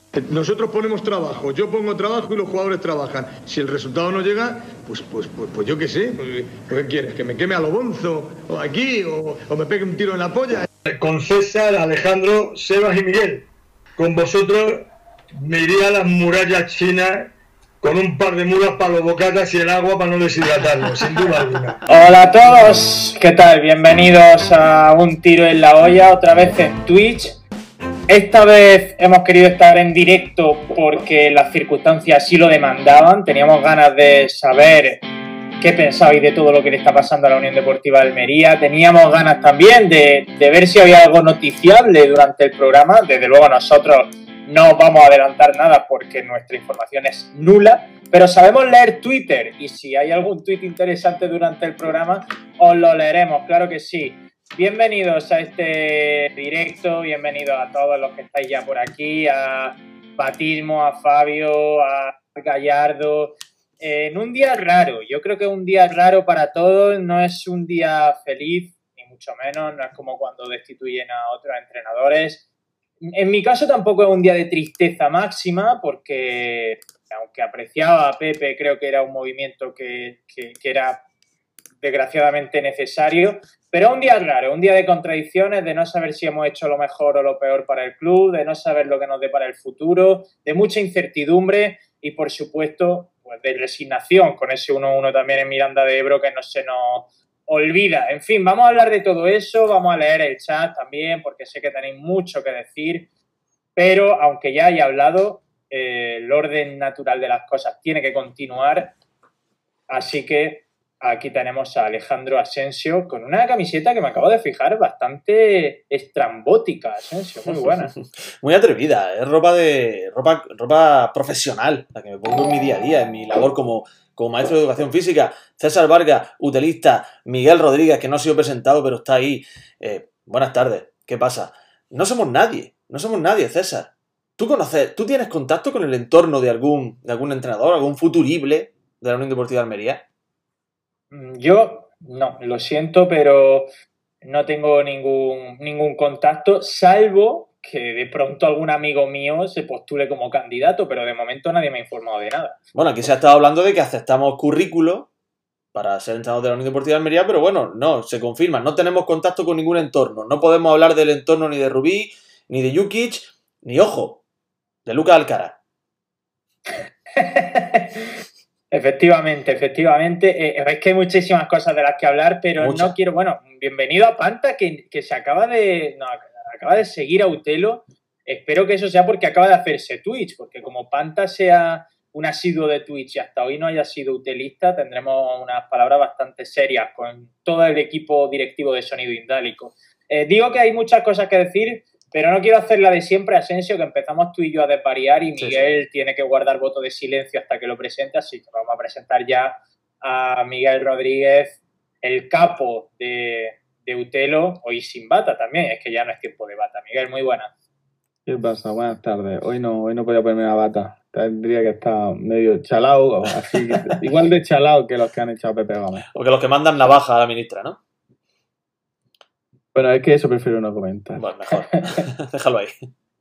Nosotros ponemos trabajo, yo pongo trabajo y los jugadores trabajan. Si el resultado no llega, pues yo qué sé. Pues, ¿qué quieres? ¿Que me queme a lo bonzo? ¿O aquí? ¿O me pegue un tiro en la polla? Con César, Alejandro, Sebas y Miguel. Con vosotros me iría a las murallas chinas con un par de mulas para los bocatas y el agua para no deshidratarlos, sin duda alguna. Hola a todos, ¿qué tal? Bienvenidos a Un Tiro en la Olla, otra vez en Twitch. Esta vez hemos querido estar en directo porque las circunstancias así lo demandaban. Teníamos ganas de saber qué pensabais de todo lo que le está pasando a la Unión Deportiva Almería. Teníamos ganas también de ver si había algo noticiable durante el programa. Desde luego nosotros no vamos a adelantar nada porque nuestra información es nula, pero sabemos leer Twitter y si hay algún tweet interesante durante el programa os lo leeremos, claro que sí. Bienvenidos a este directo, bienvenidos a todos los que estáis ya por aquí, a Batismo, a Fabio, a Gallardo. En un día raro, yo creo que es un día raro para todos, no es un día feliz, ni mucho menos, no es como cuando destituyen a otros entrenadores. En mi caso tampoco es un día de tristeza máxima, porque aunque apreciaba a Pepe, creo que era un movimiento que era desgraciadamente necesario, pero un día raro, un día de contradicciones, de no saber si hemos hecho lo mejor o lo peor para el club, de no saber lo que nos depara el futuro, de mucha incertidumbre y, por supuesto, pues de resignación con ese 1-1 también en Miranda de Ebro que no se nos olvida. En fin, vamos a hablar de todo eso, vamos a leer el chat también porque sé que tenéis mucho que decir, pero aunque ya haya hablado, el orden natural de las cosas tiene que continuar, así que aquí tenemos a Alejandro Asensio con una camiseta que me acabo de fijar bastante estrambótica, Asensio, muy buena. Muy atrevida, es ropa profesional, la que me pongo en mi día a día, en mi labor como maestro de educación física. César Vargas, utelista, Miguel Rodríguez, que no ha sido presentado, pero está ahí. Buenas tardes, ¿qué pasa? No somos nadie, César. ¿Tú tienes contacto con el entorno de algún entrenador, algún futurible de la Unión Deportiva de Almería? Yo no, lo siento, pero no tengo ningún contacto, salvo que de pronto algún amigo mío se postule como candidato, pero de momento nadie me ha informado de nada. Bueno, aquí se ha estado hablando de que aceptamos currículo para ser entrenador de la Unión Deportiva de Almería, pero bueno, no, se confirma, no tenemos contacto con ningún entorno, no podemos hablar del entorno ni de Rubí, ni de Jukic, ni, ojo, de Lucas Alcaraz. Efectivamente. Es que hay muchísimas cosas de las que hablar, pero no quiero... Bueno, bienvenido a Panta, que se acaba de seguir a Utelo. Espero que eso sea porque acaba de hacerse Twitch, porque como Panta sea un asiduo de Twitch y hasta hoy no haya sido utelista, tendremos unas palabras bastante serias con todo el equipo directivo de Sonido Indálico. Digo que hay muchas cosas que decir, pero no quiero hacer la de siempre, Asensio, que empezamos tú y yo a desvariar y Miguel tiene que guardar voto de silencio hasta que lo presente, así que vamos a presentar ya a Miguel Rodríguez, el capo de Utelo, hoy sin bata también, es que ya no es tiempo de bata. Miguel, muy buena. ¿Qué pasa? Buenas tardes. Hoy no podía ponerme la bata. Tendría que estar medio chalao, así, igual de chalao que los que han echado a Pepe Gómez. O que los que mandan navaja a la ministra, ¿no? Bueno, es que eso prefiero no comentar. Bueno, mejor. Déjalo ahí.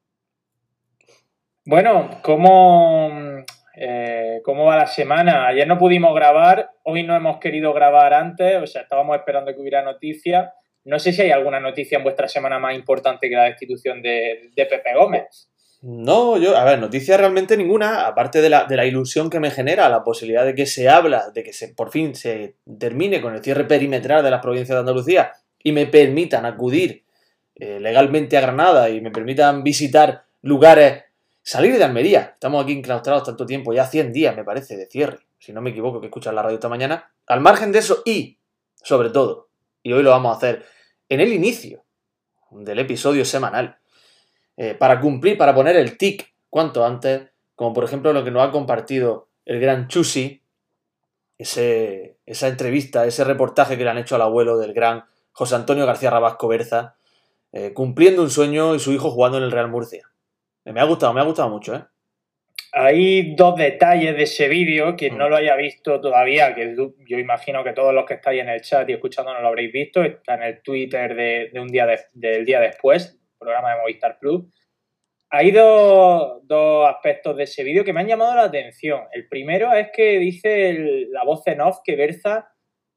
Bueno, ¿cómo va la semana? Ayer no pudimos grabar, hoy no hemos querido grabar antes, o sea, estábamos esperando que hubiera noticias. No sé si hay alguna noticia en vuestra semana más importante que la destitución de Pepe Gómez. No, noticia realmente ninguna, aparte de la ilusión que me genera la posibilidad de que se habla, de que por fin se termine con el cierre perimetral de las provincias de Andalucía y me permitan acudir legalmente a Granada y me permitan visitar lugares, salir de Almería. Estamos aquí enclaustrados tanto tiempo, ya 100 días me parece de cierre, si no me equivoco, que escuchas la radio esta mañana. Al margen de eso y, sobre todo, y hoy lo vamos a hacer en el inicio del episodio semanal, para poner el tic cuanto antes, como por ejemplo lo que nos ha compartido el gran Chusi, esa entrevista, ese reportaje que le han hecho al abuelo del gran José Antonio García Rabasco Berza, cumpliendo un sueño y su hijo jugando en el Real Murcia. Me ha gustado mucho, ¿eh? Hay dos detalles de ese vídeo, quien no lo haya visto todavía, que yo imagino que todos los que estáis en el chat y escuchándonos lo habréis visto, está en el Twitter del día después, programa de Movistar Plus. Hay dos aspectos de ese vídeo que me han llamado la atención. El primero es que dice la voz en off que Berza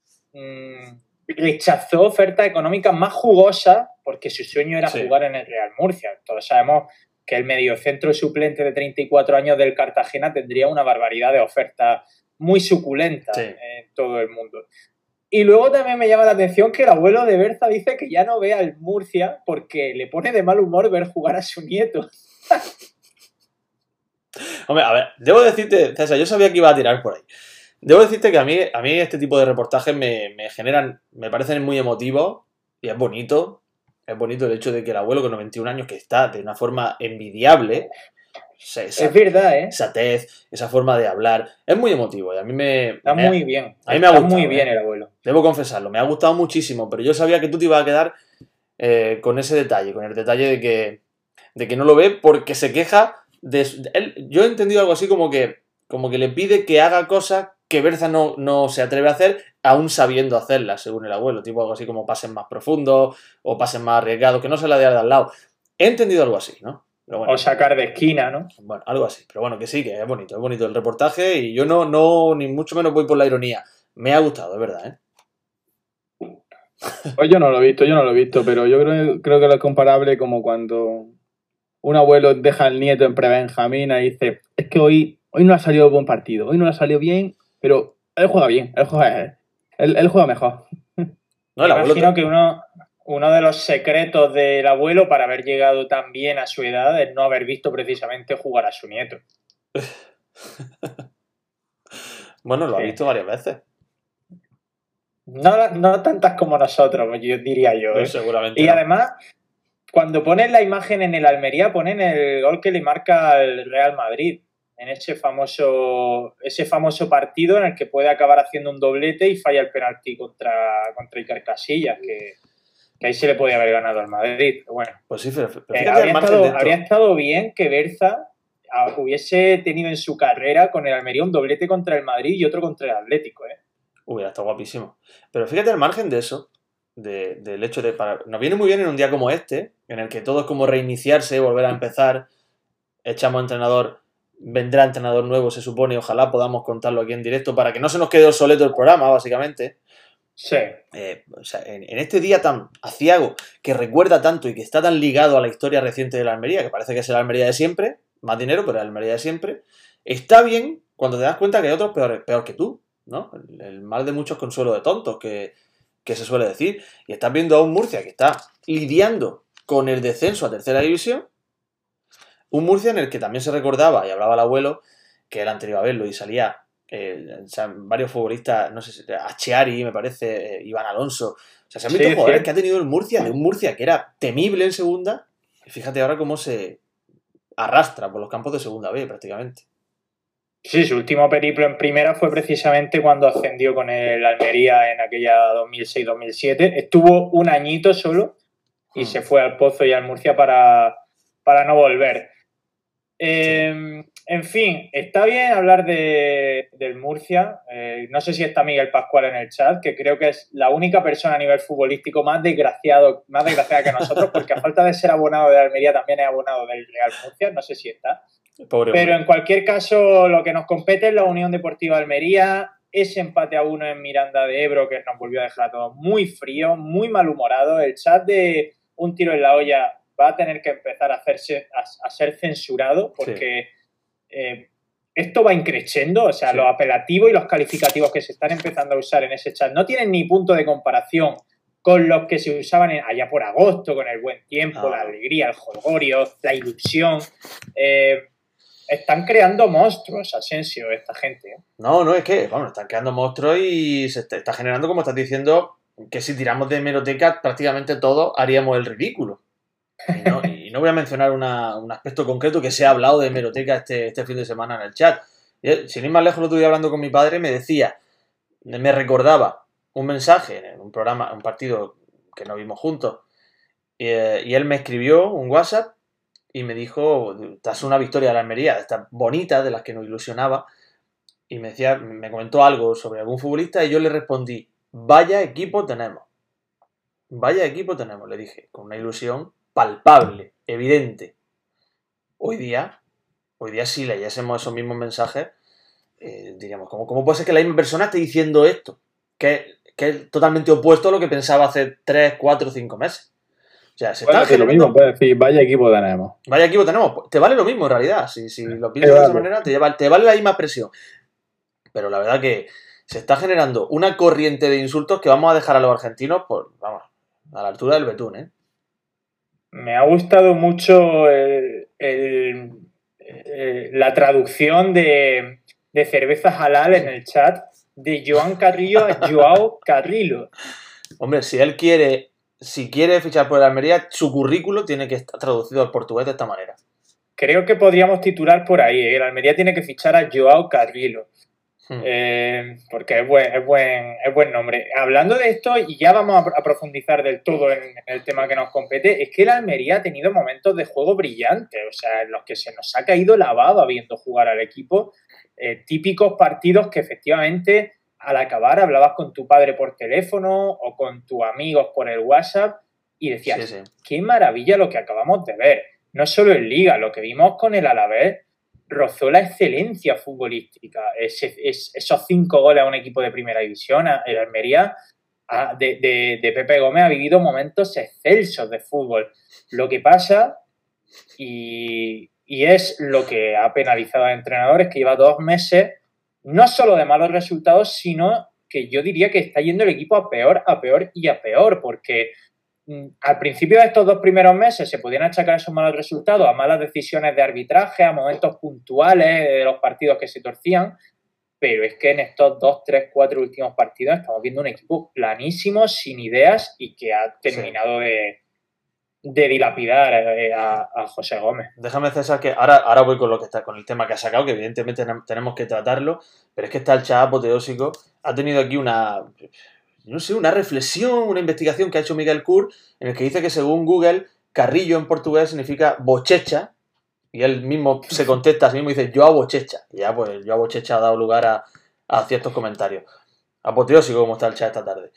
rechazó ofertas económicas más jugosas porque su sueño era jugar en el Real Murcia. Todos sabemos que el mediocentro suplente de 34 años del Cartagena tendría una barbaridad de ofertas muy suculentas en todo el mundo. Y luego también me llama la atención que el abuelo de Berza dice que ya no ve al Murcia porque le pone de mal humor ver jugar a su nieto. Hombre, a ver, debo decirte, César, yo sabía que iba a tirar por ahí. Debo decirte que a mí este tipo de reportajes me generan, me parecen muy emotivos y es bonito. Es bonito el hecho de que el abuelo con 91 años, que está de una forma envidiable, es verdad, esa tez, esa forma de hablar, es muy emotivo y a mí está muy bien. A mí me ha gustado, muy bien el abuelo. Debo confesarlo, me ha gustado muchísimo, pero yo sabía que tú te ibas a quedar con ese detalle, con el detalle de que no lo ve porque se queja de él. Yo he entendido algo así como que le pide que haga cosas que Berza no se atreve a hacer, aún sabiendo hacerlas, según el abuelo, tipo algo así como pases más profundos o pases más arriesgados, que no se la dé de al lado. He entendido algo así, ¿no? Pero bueno, o sacar de esquina, ¿no? Bueno, algo así. Pero bueno, que sí, que es bonito el reportaje y yo no ni mucho menos voy por la ironía. Me ha gustado, es verdad, ¿eh? Pues yo no lo he visto, pero yo creo que lo es comparable como cuando un abuelo deja al nieto en pre-Benjamín y dice, es que hoy no ha salido buen partido, hoy no ha salido bien, pero él juega bien, él juega mejor. No, el abuelo imagino que uno de los secretos del abuelo para haber llegado tan bien a su edad es no haber visto precisamente jugar a su nieto. Bueno, lo ha visto varias veces. No tantas como nosotros, yo diría yo. No, seguramente y no. Además, cuando ponen la imagen en el Almería, ponen el gol que le marca al Real Madrid en ese famoso partido en el que puede acabar haciendo un doblete y falla el penalti contra Iker Casillas, que ahí se le podía haber ganado al Madrid. Pero bueno, pues sí, pero fíjate, habría estado bien que Berza hubiese tenido en su carrera con el Almería un doblete contra el Madrid y otro contra el Atlético, ¿eh? Hubiera estado guapísimo. Pero fíjate al margen de eso, del hecho de... Nos viene muy bien en un día como este, en el que todo es como reiniciarse, volver a empezar, echamos entrenador, vendrá entrenador nuevo, se supone, y ojalá podamos contarlo aquí en directo para que no se nos quede obsoleto el programa, básicamente. Sí. O sea, en este día tan aciago, que recuerda tanto y que está tan ligado a la historia reciente de la Almería, que parece que es la Almería de siempre, más dinero, pero la Almería de siempre, está bien cuando te das cuenta que hay otros peor que tú, ¿no? El mal de muchos consuelo de tontos, que se suele decir. Y estás viendo a un Murcia que está lidiando con el descenso a tercera división. Un Murcia en el que también se recordaba, y hablaba el abuelo, que el anterior a verlo y salía varios futbolistas, no sé si Achiari, me parece, Iván Alonso. O sea, se han visto jugadores que ha tenido el Murcia, de un Murcia que era temible en segunda. Y fíjate ahora cómo se arrastra por los campos de segunda B, prácticamente. Sí, su último periplo en primera fue precisamente cuando ascendió con el Almería en aquella 2006-2007. Estuvo un añito solo y se fue al Pozo y al Murcia para no volver. En fin, está bien hablar del Murcia. No sé si está Miguel Pascual en el chat, que creo que es la única persona a nivel futbolístico más desgraciada que nosotros, porque a falta de ser abonado de Almería también es abonado del Real Murcia. No sé si está. Pero en cualquier caso, lo que nos compete es la Unión Deportiva Almería, ese empate a 1 en Miranda de Ebro que nos volvió a dejar a todos muy fríos, muy malhumorados. El chat de Un Tiro en la Olla va a tener que empezar a ser censurado porque esto va increciendo, o sea, los apelativos y los calificativos que se están empezando a usar en ese chat no tienen ni punto de comparación con los que se usaban allá por agosto, con el buen tiempo, la alegría, el jolgorio, la ilusión. Están creando monstruos, Asensio, esta gente. No, es que, bueno, están creando monstruos y se está generando, como estás diciendo, que si tiramos de hemeroteca, prácticamente todos haríamos el ridículo. Y no voy a mencionar un aspecto concreto que se ha hablado de hemeroteca este fin de semana en el chat. Sin ir más lejos, lo estuve hablando con mi padre, me recordaba un mensaje en un programa, un partido que nos vimos juntos, y él me escribió un WhatsApp y me dijo, tras una victoria de la Almería, estas bonitas, de las que nos ilusionaba, y me comentó algo sobre algún futbolista y yo le respondí, vaya equipo tenemos, le dije, con una ilusión palpable, evidente. Hoy día hoy día si leyésemos esos mismos mensajes, diríamos, ¿cómo puede ser que la misma persona esté diciendo esto? Que es totalmente opuesto a lo que pensaba hace 3, 4, 5 meses. O sea, se está lo mismo, puedes decir, vaya equipo tenemos. Vaya equipo tenemos. Te vale lo mismo en realidad. Si lo piensas de esa manera, te vale la misma presión. Pero la verdad que se está generando una corriente de insultos que vamos a dejar a los argentinos, vamos, a la altura del betún, ¿eh? Me ha gustado mucho la traducción de cervezas halal en el chat de Joan Carrillo a Joao Carrillo. Hombre, si quiere fichar por el Almería, su currículo tiene que estar traducido al portugués de esta manera. Creo que podríamos titular por ahí, ¿eh? El Almería tiene que fichar a Joao Carrillo. Porque es buen nombre. Hablando de esto, y ya vamos a profundizar del todo en el tema que nos compete, es que el Almería ha tenido momentos de juego brillantes, o sea, en los que se nos ha caído la baba viendo jugar al equipo, típicos partidos que efectivamente al acabar hablabas con tu padre por teléfono o con tus amigos por el WhatsApp y decías, sí. Qué maravilla lo que acabamos de ver, no solo en Liga, lo que vimos con el Alavés rozó la excelencia futbolística. Esos 5 goles a un equipo de primera división, el Almería de Pepe Gómez ha vivido momentos excelsos de fútbol. Lo que pasa, y es lo que ha penalizado al entrenador, es que lleva 2 meses no solo de malos resultados, sino que yo diría que está yendo el equipo a peor y a peor, porque al principio de estos 2 primeros meses se podían achacar esos malos resultados a malas decisiones de arbitraje, a momentos puntuales de los partidos que se torcían, pero es que en estos 2, 3, 4 últimos partidos estamos viendo un equipo planísimo, sin ideas y que ha terminado de dilapidar a José Gómez. Déjame, César, que ahora voy con el tema que ha sacado, que evidentemente tenemos que tratarlo, pero es que está el chat apoteósico, ha tenido aquí una reflexión, una investigación que ha hecho Miguel Cur, en el que dice que según Google, Carrillo en portugués significa bochecha, y él mismo se contesta a sí mismo y dice Joao Bochecha, y ya pues Joao Bochecha ha dado lugar a ciertos comentarios. Apoteósico como está el chat esta tarde.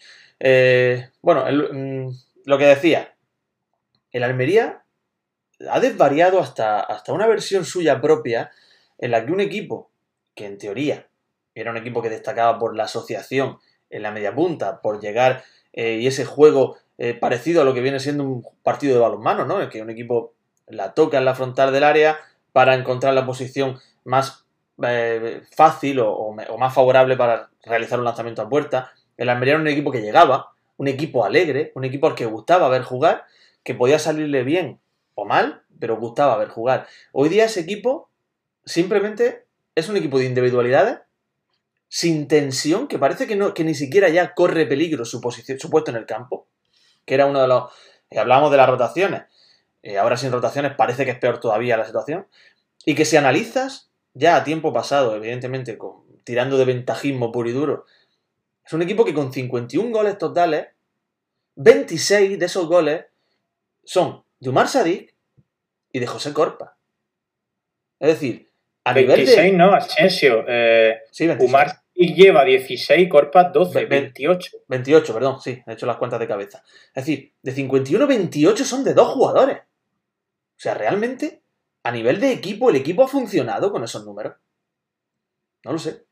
Lo que decía, el Almería ha desvariado hasta una versión suya propia, en la que un equipo, que en teoría era un equipo que destacaba por la asociación en la media punta, por llegar y ese juego parecido a lo que viene siendo un partido de balonmano, ¿no? En que un equipo la toca en la frontal del área para encontrar la posición más fácil o más favorable para realizar un lanzamiento a puerta. El Almería era un equipo que llegaba, un equipo alegre, un equipo al que gustaba ver jugar, que podía salirle bien o mal, pero gustaba ver jugar. Hoy día ese equipo simplemente es un equipo de individualidades, sin tensión, que parece que ni siquiera ya corre peligro su puesto en el campo, que era uno de los... hablábamos de las rotaciones, ahora sin rotaciones parece que es peor todavía la situación, y que si analizas, ya a tiempo pasado, evidentemente, tirando de ventajismo puro y duro, es un equipo que con 51 goles totales, 26 de esos goles son de Umar Sadik y de José Corpa. Es decir, a 26 nivel de... no, Asensio. Sí, 26. Umar Sadik lleva 16, Corpa 12, 28. 28, perdón, sí, he hecho las cuentas de cabeza. Es decir, de 51, 28 son de 2 jugadores. O sea, realmente, a nivel de equipo, el equipo ha funcionado con esos números. No lo sé.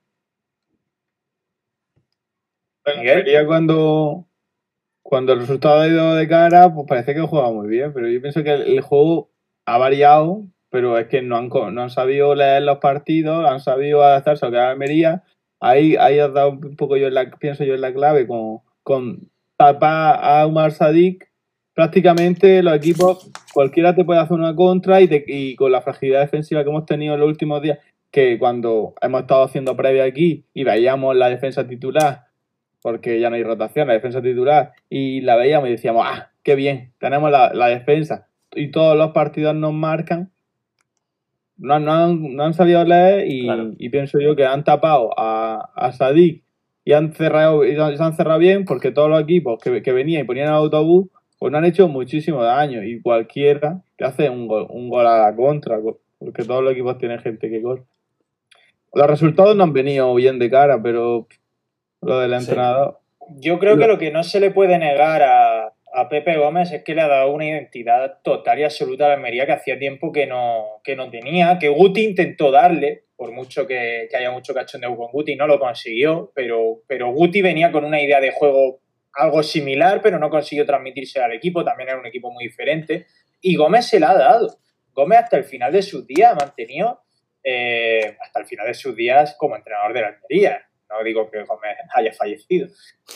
Miguel, cuando el resultado ha ido de cara, pues parece que ha jugado muy bien, pero yo pienso que el juego ha variado, pero es que no han sabido leer los partidos, han sabido adaptarse a lo que era Almería. Ahí has dado un poco pienso yo en la clave con tapar a Umar Sadik. Prácticamente los equipos, cualquiera te puede hacer una contra y con la fragilidad defensiva que hemos tenido en los últimos días, que cuando hemos estado haciendo previa aquí y veíamos la defensa titular, porque ya no hay rotación, la defensa titular, y la veíamos y decíamos, qué bien, tenemos la defensa, y todos los partidos nos marcan, no han sabido leer y pienso yo que han tapado a Sadik y se han cerrado bien, porque todos los equipos que venían y ponían el autobús, pues no han hecho muchísimo daño, y cualquiera te hace un gol a la contra, porque todos los equipos tienen gente que corre. Los resultados no han venido bien de cara, pero lo del entrenador... Yo creo que lo que no se le puede negar a a Pepe Gómez es que le ha dado una identidad total y absoluta a la Almería que hacía tiempo que no tenía, que Guti intentó darle, por mucho que haya mucho cachondeo con Guti, no lo consiguió, pero Guti venía con una idea de juego algo similar, pero no consiguió transmitirse al equipo, también era un equipo muy diferente, y Gómez se la ha dado. Gómez hasta el final de sus días ha mantenido, hasta el final de sus días como entrenador de la Almería. No digo que Gómez haya fallecido.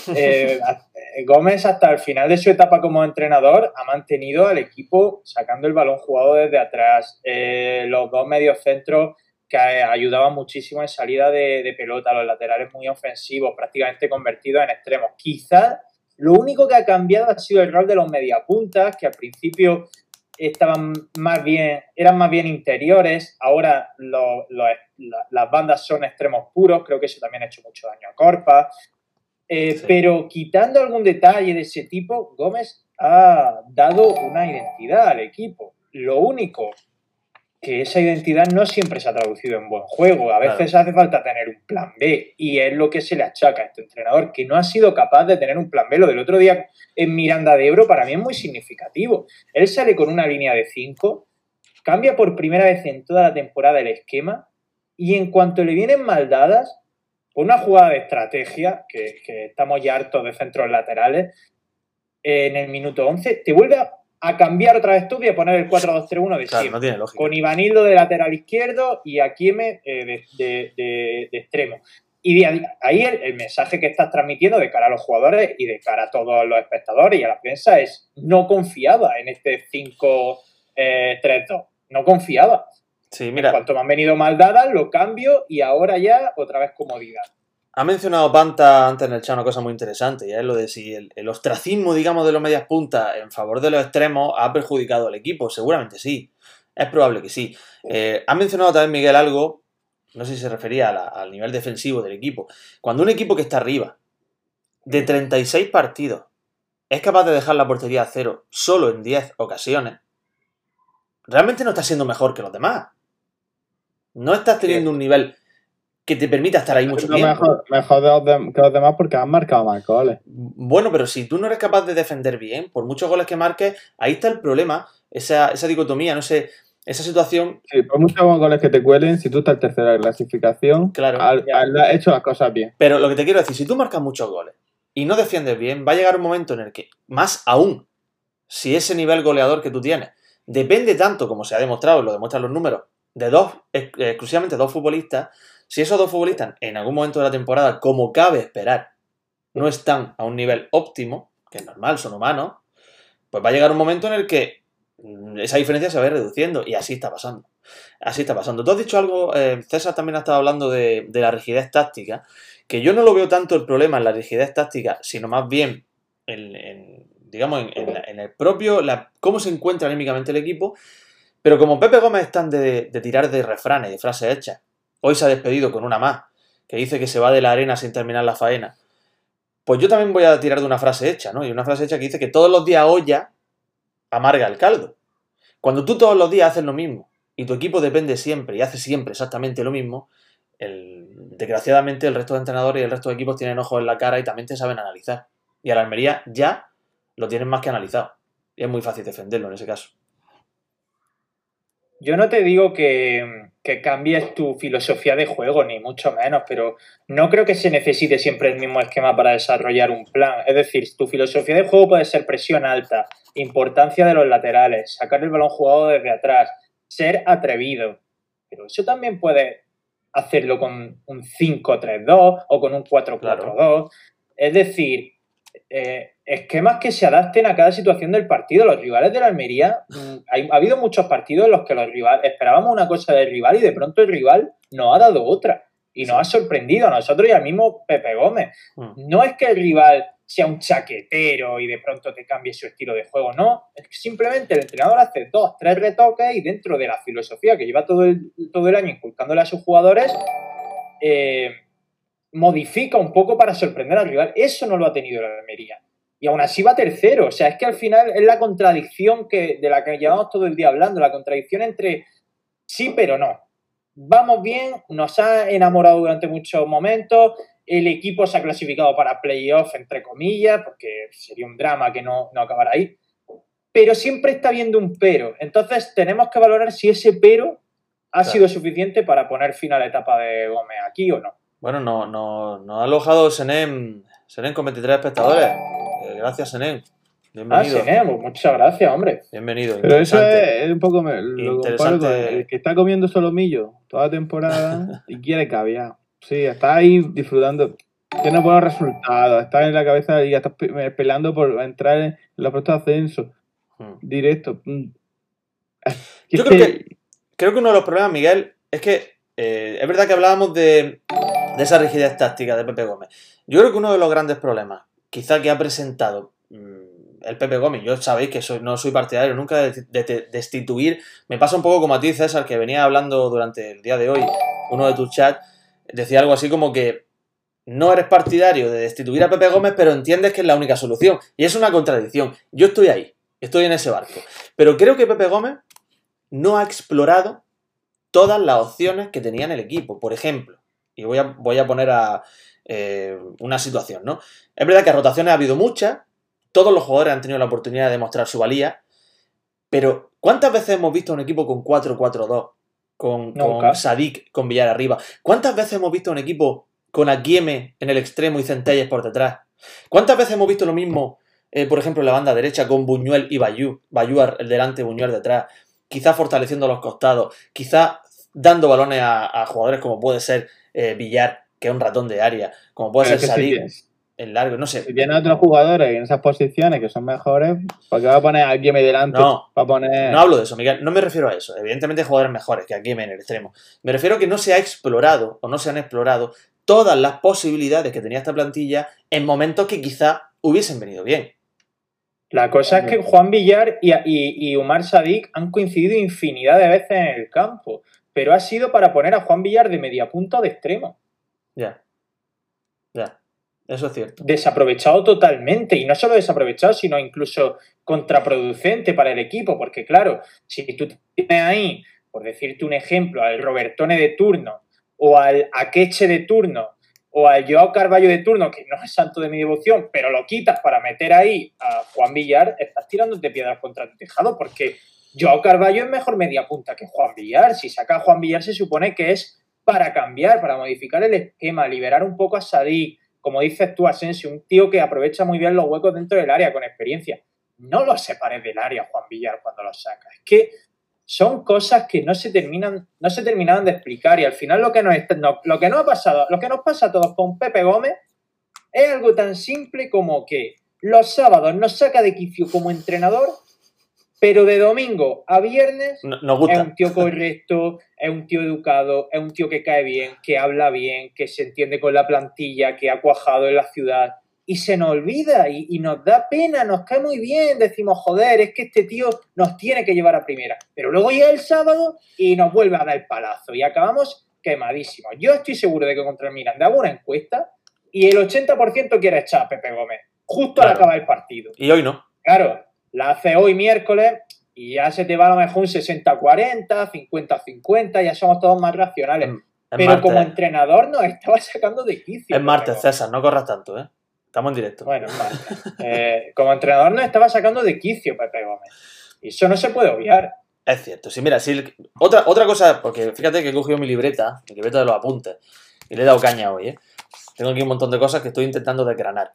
Gómez hasta el final de su etapa como entrenador ha mantenido al equipo sacando el balón jugado desde atrás, los dos mediocentros que ayudaban muchísimo en salida de pelota, los laterales muy ofensivos, prácticamente convertidos en extremos. Quizás lo único que ha cambiado ha sido el rol de los mediapuntas, que al principio eran más bien interiores, ahora las bandas son extremos puros, creo que eso también ha hecho mucho daño a Corpa, sí. Pero quitando algún detalle de ese tipo, Gómez ha dado una identidad al equipo. Lo único que esa identidad no siempre se ha traducido en buen juego, a veces hace falta tener un plan B, y es lo que se le achaca a este entrenador, que no ha sido capaz de tener un plan B. Lo del otro día en Miranda de Ebro para mí es muy significativo. Él sale con una línea de 5, cambia por primera vez en toda la temporada el esquema, y en cuanto le vienen mal dadas, por una jugada de estrategia, que estamos ya hartos de centros laterales, en el minuto 11, te vuelve a cambiar otra vez tú y a poner el 4-2-3-1 de siempre. No tiene lógica. Con Ivanildo de lateral izquierdo y Akieme de extremo. Y de ahí el mensaje que estás transmitiendo de cara a los jugadores y de cara a todos los espectadores y a la prensa es: no confiaba en este 5-3-2. No confiaba. Sí, mira. En cuanto me han venido mal dadas, lo cambio y ahora ya otra vez comodidad. Ha mencionado Panta antes en el chat una cosa muy interesante, y es lo de si el ostracismo, digamos, de los medias puntas en favor de los extremos ha perjudicado al equipo. Seguramente sí, es probable que sí. Ha mencionado también Miguel algo, no sé si se refería al nivel defensivo del equipo. Cuando un equipo que está arriba, de 36 partidos, es capaz de dejar la portería a cero solo en 10 ocasiones, realmente no está siendo mejor que los demás. No estás teniendo un nivel que te permita estar ahí mucho tiempo. Mejor que los demás porque han marcado más goles. Bueno, pero si tú no eres capaz de defender bien, por muchos goles que marques, ahí está el problema, esa dicotomía, no sé, esa situación. Sí, por muchos goles que te cuelen, si tú estás tercera de clasificación, claro, has hecho las cosas bien. Pero lo que te quiero decir, si tú marcas muchos goles y no defiendes bien, va a llegar un momento en el que, más aún, si ese nivel goleador que tú tienes depende tanto, como se ha demostrado, lo demuestran los números, de exclusivamente dos futbolistas. Si esos dos futbolistas en algún momento de la temporada, como cabe esperar, no están a un nivel óptimo, que es normal, son humanos, pues va a llegar un momento en el que esa diferencia se va a ir reduciendo, y así está pasando. Así está pasando. Tú has dicho algo, César también ha estado hablando de la rigidez táctica, que yo no lo veo tanto el problema en la rigidez táctica, sino más bien en el propio, cómo se encuentra anímicamente el equipo. Pero como Pepe Gómez están de tirar de refranes y de frases hechas, hoy se ha despedido con una más, que dice que se va de la arena sin terminar la faena, pues yo también voy a tirar de una frase hecha, ¿no? Y una frase hecha que dice que todos los días olla amarga el caldo. Cuando tú todos los días haces lo mismo y tu equipo depende siempre y hace siempre exactamente lo mismo, desgraciadamente el resto de entrenadores y el resto de equipos tienen ojos en la cara y también te saben analizar. Y a la Almería ya lo tienen más que analizado. Y es muy fácil defenderlo en ese caso. Yo no te digo que cambies tu filosofía de juego, ni mucho menos, pero no creo que se necesite siempre el mismo esquema para desarrollar un plan. Es decir, tu filosofía de juego puede ser presión alta, importancia de los laterales, sacar el balón jugado desde atrás, ser atrevido. Pero eso también puedes hacerlo con un 5-3-2 o con un 4-4-2. Claro. Es decir, esquemas que se adapten a cada situación del partido. Los rivales de la Almería, ha habido muchos partidos en los que los rivales esperábamos una cosa del rival y de pronto el rival nos ha dado otra y nos ha sorprendido a nosotros y al mismo Pepe Gómez. No es que el rival sea un chaquetero y de pronto te cambie su estilo de juego, no, es que simplemente el entrenador hace 2-3 retoques y dentro de la filosofía que lleva todo el año inculcándole a sus jugadores, modifica un poco para sorprender al rival. Eso no lo ha tenido la Almería. Y aún así va tercero. O sea, es que al final es la contradicción de la que llevamos todo el día hablando, la contradicción entre sí pero no. Vamos bien, nos ha enamorado durante muchos momentos, el equipo se ha clasificado para playoff, entre comillas, porque sería un drama que no acabará ahí. Pero siempre está habiendo un pero. Entonces tenemos que valorar si ese pero ha sido suficiente para poner fin a la etapa de Gómez aquí o no. Bueno, no ha alojado Senem con 23 espectadores. Gracias, Senem. Bienvenido. Senem, muchas gracias, hombre. Bienvenido. Pero eso es un poco... Lo comparo con el que está comiendo solomillo toda la temporada y quiere caviar. Sí, está ahí disfrutando. Tiene buenos resultados. Está en la cabeza de la liga. Está peleando por entrar en los puestos de ascenso. Directo. Yo creo que uno de los problemas, Miguel, es que es verdad que hablábamos de esa rigidez táctica de Pepe Gómez. Yo creo que uno de los grandes problemas, quizá que ha presentado el Pepe Gómez, yo sabéis que no soy partidario nunca de destituir, me pasa un poco como a ti, César, que venía hablando durante el día de hoy, uno de tus chats, decía algo así como que no eres partidario de destituir a Pepe Gómez, pero entiendes que es la única solución. Y es una contradicción. Yo estoy ahí, estoy en ese barco. Pero creo que Pepe Gómez no ha explorado todas las opciones que tenía en el equipo. Por ejemplo, y voy a poner una situación, ¿no? Es verdad que rotaciones ha habido muchas, todos los jugadores han tenido la oportunidad de demostrar su valía, pero ¿cuántas veces hemos visto un equipo con 4-4-2? Con Sadik, con Villar arriba. ¿Cuántas veces hemos visto un equipo con Aguieme en el extremo y Centelles por detrás? ¿Cuántas veces hemos visto lo mismo, por ejemplo, en la banda derecha con Buñuel y Bayú? Bayú el delante, Buñuel detrás. Quizá fortaleciendo los costados. Quizá dando balones a jugadores como puede ser Villar, que es un ratón de área. Como puede ser Sadik, el largo, no sé. Si tiene otros jugadores en esas posiciones que son mejores, ¿por qué va a poner a Aguieme delante? No hablo de eso, Miguel. No me refiero a eso. Evidentemente hay jugadores mejores que Aguieme en el extremo. Me refiero a que no se ha explorado o no se han explorado todas las posibilidades que tenía esta plantilla en momentos que quizá hubiesen venido bien. La cosa es que Juan Villar y Umar Sadik han coincidido infinidad de veces en el campo, pero ha sido para poner a Juan Villar de mediapunta o de extremo. Ya. Eso es cierto. Desaprovechado totalmente, y no solo desaprovechado, sino incluso contraproducente para el equipo, porque claro, si tú tienes ahí, por decirte un ejemplo, al Robertone de turno, o al Akeche de turno, o al Joao Carballo de turno, que no es santo de mi devoción, pero lo quitas para meter ahí a Juan Villar, estás tirándote piedras contra tu tejado, porque Joao Carballo es mejor media punta que Juan Villar. Si saca a Juan Villar se supone que es para cambiar, para modificar el esquema, liberar un poco a Sadik, como dices tú, Asensio, un tío que aprovecha muy bien los huecos dentro del área con experiencia. No lo separes del área, Juan Villar, cuando lo sacas. Es que son cosas que no se terminaban de explicar, y al final lo que nos pasa a todos con Pepe Gómez es algo tan simple como que los sábados nos saca de quicio como entrenador, pero de domingo a viernes nos gusta. Es un tío correcto, es un tío educado, es un tío que cae bien, que habla bien, que se entiende con la plantilla, que ha cuajado en la ciudad. Y se nos olvida y nos da pena, nos cae muy bien, decimos, joder, es que este tío nos tiene que llevar a primera. Pero luego llega el sábado y nos vuelve a dar el palazo y acabamos quemadísimos. Yo estoy seguro de que contra el Miranda hago una encuesta y el 80% quiere echar a Pepe Gómez, justo al acabar el partido. Y hoy no. Claro, la hace hoy miércoles y ya se te va a lo mejor un 60-40, 50-50, ya somos todos más racionales. Pero martes, como entrenador nos estaba sacando de quicio. Es martes, César, no corras tanto, ¿eh? Estamos en directo. Bueno, vale. Como entrenador nos estaba sacando de quicio Pepe Gómez. Y eso no se puede obviar. Es cierto. Sí, mira, otra cosa, porque fíjate que he cogido mi libreta de los apuntes, y le he dado caña hoy, ¿eh? Tengo aquí un montón de cosas que estoy intentando desgranar.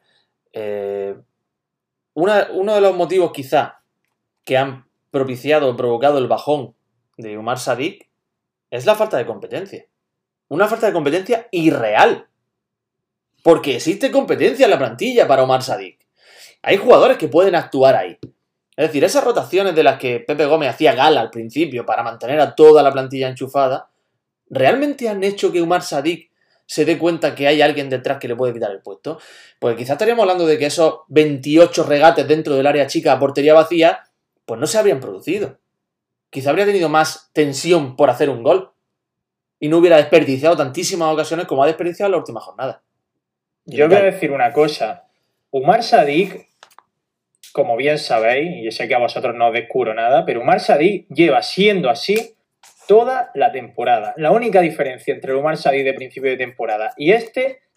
Uno de los motivos quizá que han propiciado o provocado el bajón de Umar Sadik es la falta de competencia. Una falta de competencia irreal. Porque existe competencia en la plantilla para Umar Sadik. Hay jugadores que pueden actuar ahí. Es decir, esas rotaciones de las que Pepe Gómez hacía gala al principio para mantener a toda la plantilla enchufada, ¿realmente han hecho que Umar Sadik se dé cuenta que hay alguien detrás que le puede quitar el puesto? Pues quizás estaríamos hablando de que esos 28 regates dentro del área chica a portería vacía, pues no se habrían producido. Quizá habría tenido más tensión por hacer un gol y no hubiera desperdiciado tantísimas ocasiones como ha desperdiciado en la última jornada. Yo voy a decir una cosa. Umar Sadik, como bien sabéis, y yo sé que a vosotros no os descubro nada, pero Umar Sadik lleva siendo así toda la temporada. La única diferencia entre el Umar Sadik de principio de temporada y este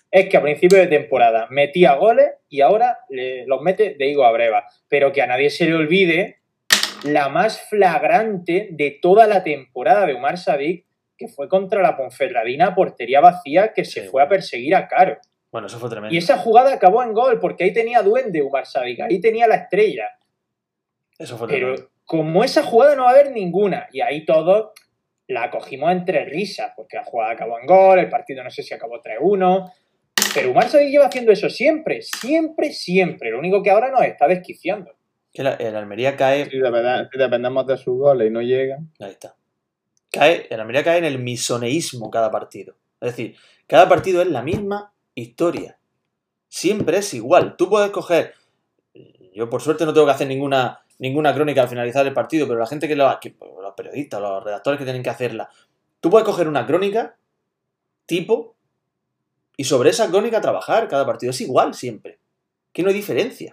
es que a principio de temporada metía goles y ahora los mete de higo a breva. Pero que a nadie se le olvide la más flagrante de toda la temporada de Umar Sadik, que fue contra la Ponferradina, portería vacía, que se fue a perseguir a Caro. Bueno, eso fue tremendo. Y esa jugada acabó en gol, porque ahí tenía duende Umar Sadik, ahí tenía la estrella. Eso fue tremendo. Pero como esa jugada no va a haber ninguna, y ahí todos la cogimos entre risas, porque la jugada acabó en gol, el partido no sé si acabó 3-1, pero Umar Sadik lleva haciendo eso siempre, siempre, siempre. Lo único que ahora nos está desquiciando. Que el Almería cae... Si dependemos de sus goles y no llega. Ahí está. El Almería cae en el misoneísmo cada partido. Es decir, cada partido es la misma historia. Siempre es igual. Tú puedes coger... Yo por suerte no tengo que hacer ninguna crónica al finalizar el partido, pero la gente los periodistas, los redactores que tienen que hacerla, tú puedes coger una crónica tipo y sobre esa crónica trabajar cada partido. Es igual siempre. Que no hay diferencia.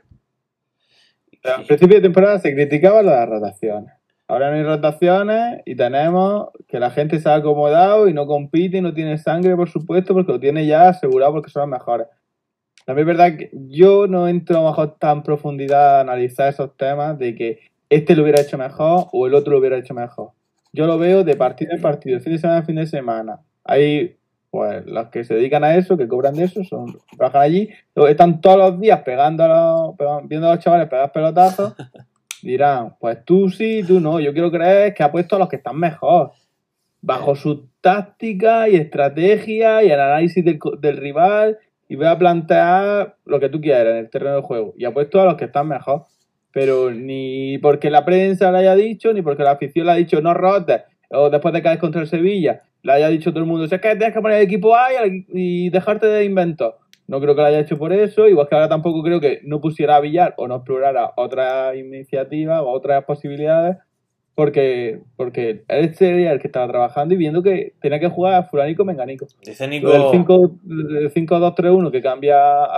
Al principio de temporada se criticaban las rotaciones. Ahora no hay rotaciones y tenemos que la gente se ha acomodado y no compite y no tiene sangre, por supuesto, porque lo tiene ya asegurado porque son los mejores. También es verdad que yo no entro a lo mejor tan en profundidad a analizar esos temas de que este lo hubiera hecho mejor o el otro lo hubiera hecho mejor. Yo lo veo de partido en partido, fin de semana en fin de semana. Hay pues los que se dedican a eso, que cobran de eso, trabajan allí, están todos los días viendo a los chavales pegar pelotazos, dirán, pues tú sí, tú no. Yo quiero creer que ha puesto a los que están mejor, bajo su táctica y estrategia y el análisis del rival, y voy a plantear lo que tú quieras en el terreno de juego. Y ha puesto a los que están mejor. Pero ni porque la prensa le haya dicho, ni porque la afición le ha dicho no rotes, o después de caer contra el Sevilla, le haya dicho todo el mundo, es que tienes que poner el equipo A y dejarte de inventos. No creo que lo haya hecho por eso, igual que ahora tampoco creo que no pusiera a Villar o no explorara otras iniciativas o otras posibilidades, porque él sería el que estaba trabajando y viendo que tenía que jugar a fulanico menganico. Dice Nico... El 5-2-3-1 que cambia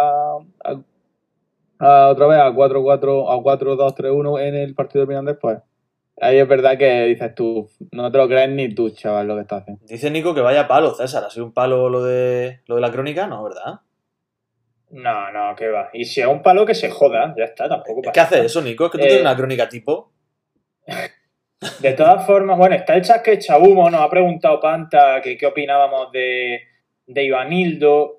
otra vez a 4-4, a 4-2-3-1 en el partido del Mirandés, pues ahí es verdad que dices tú, no te lo crees ni tú, chaval, lo que estás haciendo. Dice Nico que vaya palo, César. ¿Ha sido un palo lo de la crónica? No, ¿verdad? No, que va. Y si es un palo que se joda, ya está, tampoco pasa. ¿Qué hace eso, Nico? Es que tú tienes una crónica tipo... De todas formas, bueno, está el chat que echa humo, nos ha preguntado Panta que qué opinábamos de Ivanildo.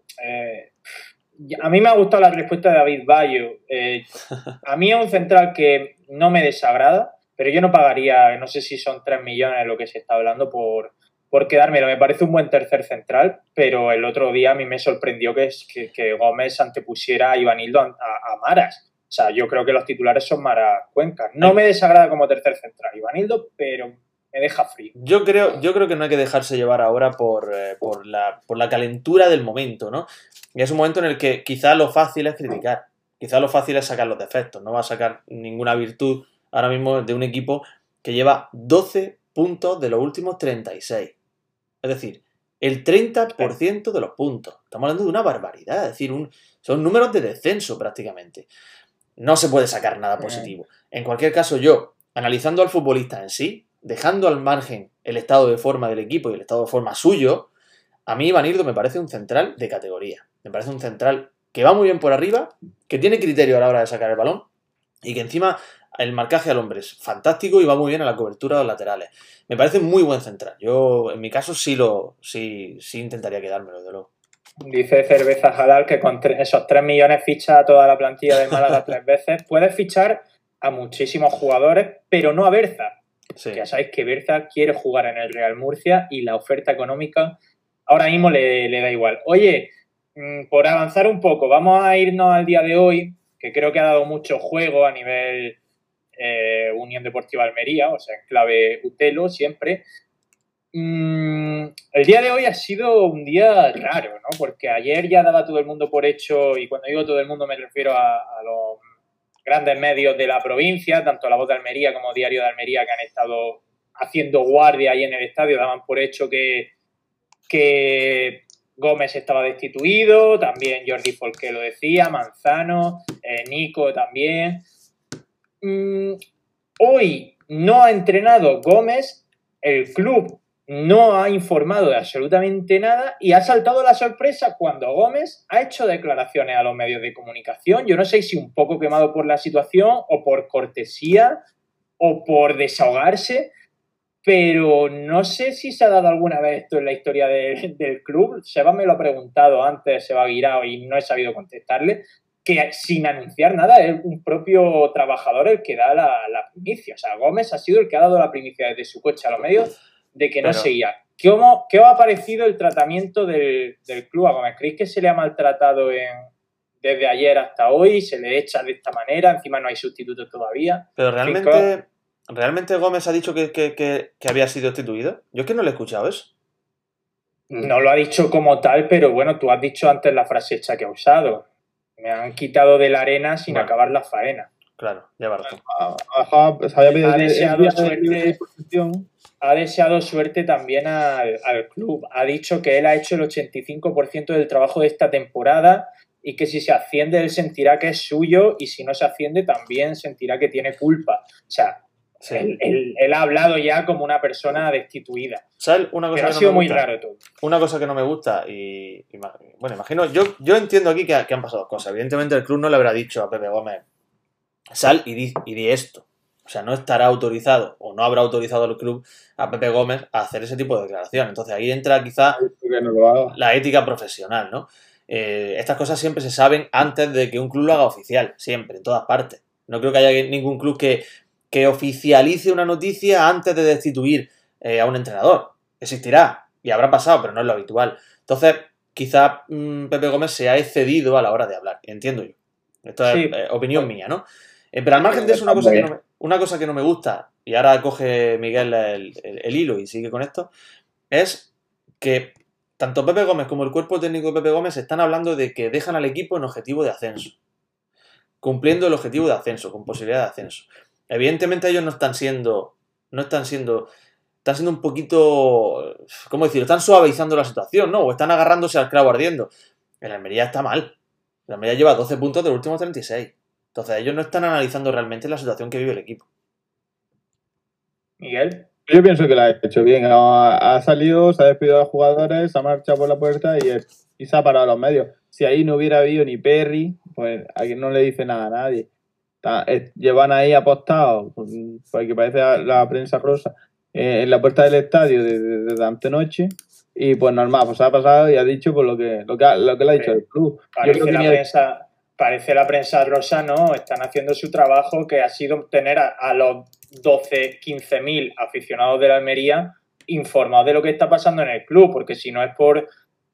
A mí me ha gustado la respuesta de David Bayo. A mí es un central que no me desagrada, pero yo no pagaría, no sé si son 3 millones lo que se está hablando por quedármelo. Me parece un buen tercer central, pero el otro día a mí me sorprendió que Gómez antepusiera a Ivanildo a Maras. O sea, yo creo que los titulares son Maras Cuenca. No me desagrada como tercer central Ivanildo, pero me deja frío. Yo creo que no hay que dejarse llevar ahora por la calentura del momento, ¿no? Y es un momento en el que quizá lo fácil es criticar, quizá lo fácil es sacar los defectos, no va a sacar ninguna virtud ahora mismo de un equipo que lleva 12 puntos de los últimos 36. Es decir, el 30% de los puntos. Estamos hablando de una barbaridad, es decir, son números de descenso prácticamente. No se puede sacar nada positivo. En cualquier caso, yo, analizando al futbolista en sí, dejando al margen el estado de forma del equipo y el estado de forma suyo, a mí Ivanildo me parece un central de categoría. Me parece un central que va muy bien por arriba, que tiene criterio a la hora de sacar el balón y que encima el marcaje al hombre es fantástico y va muy bien a la cobertura de los laterales. Me parece un muy buen central. Yo, en mi caso, sí intentaría quedármelo, de luego. Dice Cerveza Halal que con esos 3 millones ficha a toda la plantilla de Málaga 3 veces. Puedes fichar a muchísimos jugadores, pero no a Berza. Sí. Que ya sabéis que Berza quiere jugar en el Real Murcia y la oferta económica ahora mismo le da igual. Oye, por avanzar un poco, vamos a irnos al día de hoy, que creo que ha dado mucho juego a nivel Unión Deportiva Almería, o sea, en clave Utelo siempre. El día de hoy ha sido un día raro, ¿no? Porque ayer ya daba todo el mundo por hecho, y cuando digo todo el mundo me refiero a los grandes medios de la provincia, tanto La Voz de Almería como Diario de Almería, que han estado haciendo guardia ahí en el estadio, daban por hecho que Gómez estaba destituido, también Jordi Folqué lo decía, Manzano, Nico también. Hoy no ha entrenado Gómez, el club no ha informado de absolutamente nada y ha saltado la sorpresa cuando Gómez ha hecho declaraciones a los medios de comunicación. Yo no sé si un poco quemado por la situación o por cortesía o por desahogarse, pero no sé si se ha dado alguna vez esto en la historia del club. Seba me lo ha preguntado antes, Seba Guirao, y no he sabido contestarle, que sin anunciar nada es un propio trabajador el que da la primicia. O sea, Gómez ha sido el que ha dado la primicia desde su coche a los medios de que no seguía. ¿Qué os ha parecido el tratamiento del club a Gómez? ¿Creéis que se le ha maltratado desde ayer hasta hoy? ¿Se le echa de esta manera? Encima no hay sustituto todavía. Pero ¿realmente Gómez ha dicho que había sido destituido? Yo es que no le he escuchado eso. No lo ha dicho como tal, pero bueno, tú has dicho antes la frase hecha que ha usado. Me han quitado de la arena sin acabar la faena. Claro, ya va. Ha deseado suerte también al club. Ha dicho que él ha hecho el 85% del trabajo de esta temporada y que si se asciende él sentirá que es suyo y si no se asciende también sentirá que tiene culpa. O sea, sí. Él ha hablado ya como una persona destituida. ¿Sabes? Una cosa pero que ha sido no me muy gusta, raro todo. Una cosa que no me gusta bueno, imagino, yo entiendo aquí que han pasado dos cosas. Evidentemente el club no le habrá dicho a Pepe Gómez sal y di esto. O sea, no estará autorizado o no habrá autorizado el club a Pepe Gómez a hacer ese tipo de declaración. Entonces ahí entra quizá la ética profesional, ¿no? Estas cosas siempre se saben antes de que un club lo haga oficial, siempre, en todas partes. No creo que haya ningún club que oficialice una noticia antes de destituir a un entrenador. Existirá y habrá pasado, pero no es lo habitual. Entonces, quizá Pepe Gómez se ha excedido a la hora de hablar, entiendo yo. Esto es opinión mía, ¿no? Pero al margen de eso, una cosa que no me gusta, y ahora coge Miguel el hilo y sigue con esto, es que tanto Pepe Gómez como el cuerpo técnico de Pepe Gómez están hablando de que dejan al equipo en objetivo de ascenso, cumpliendo el objetivo de ascenso, con posibilidad de ascenso. Evidentemente ellos están siendo un poquito, ¿cómo decirlo? Están suavizando la situación, ¿no? O están agarrándose al clavo ardiendo. El Almería está mal. El Almería lleva 12 puntos de los últimos 36. Entonces ellos no están analizando realmente la situación que vive el equipo. Miguel. Yo pienso que la ha hecho bien. Ha salido, se ha despedido a los jugadores, se ha marchado por la puerta y se ha parado a los medios. Si ahí no hubiera habido ni Perry, pues aquí no le dice nada a nadie. Llevan ahí apostados, porque parece la prensa rosa, en la puerta del estadio desde antenoche. Y pues normal, pues ha pasado y ha dicho pues lo que le ha dicho el club. Parece la prensa rosa, no, están haciendo su trabajo, que ha sido tener a los 12, 15.000 aficionados de la Almería informados de lo que está pasando en el club, porque si no es por...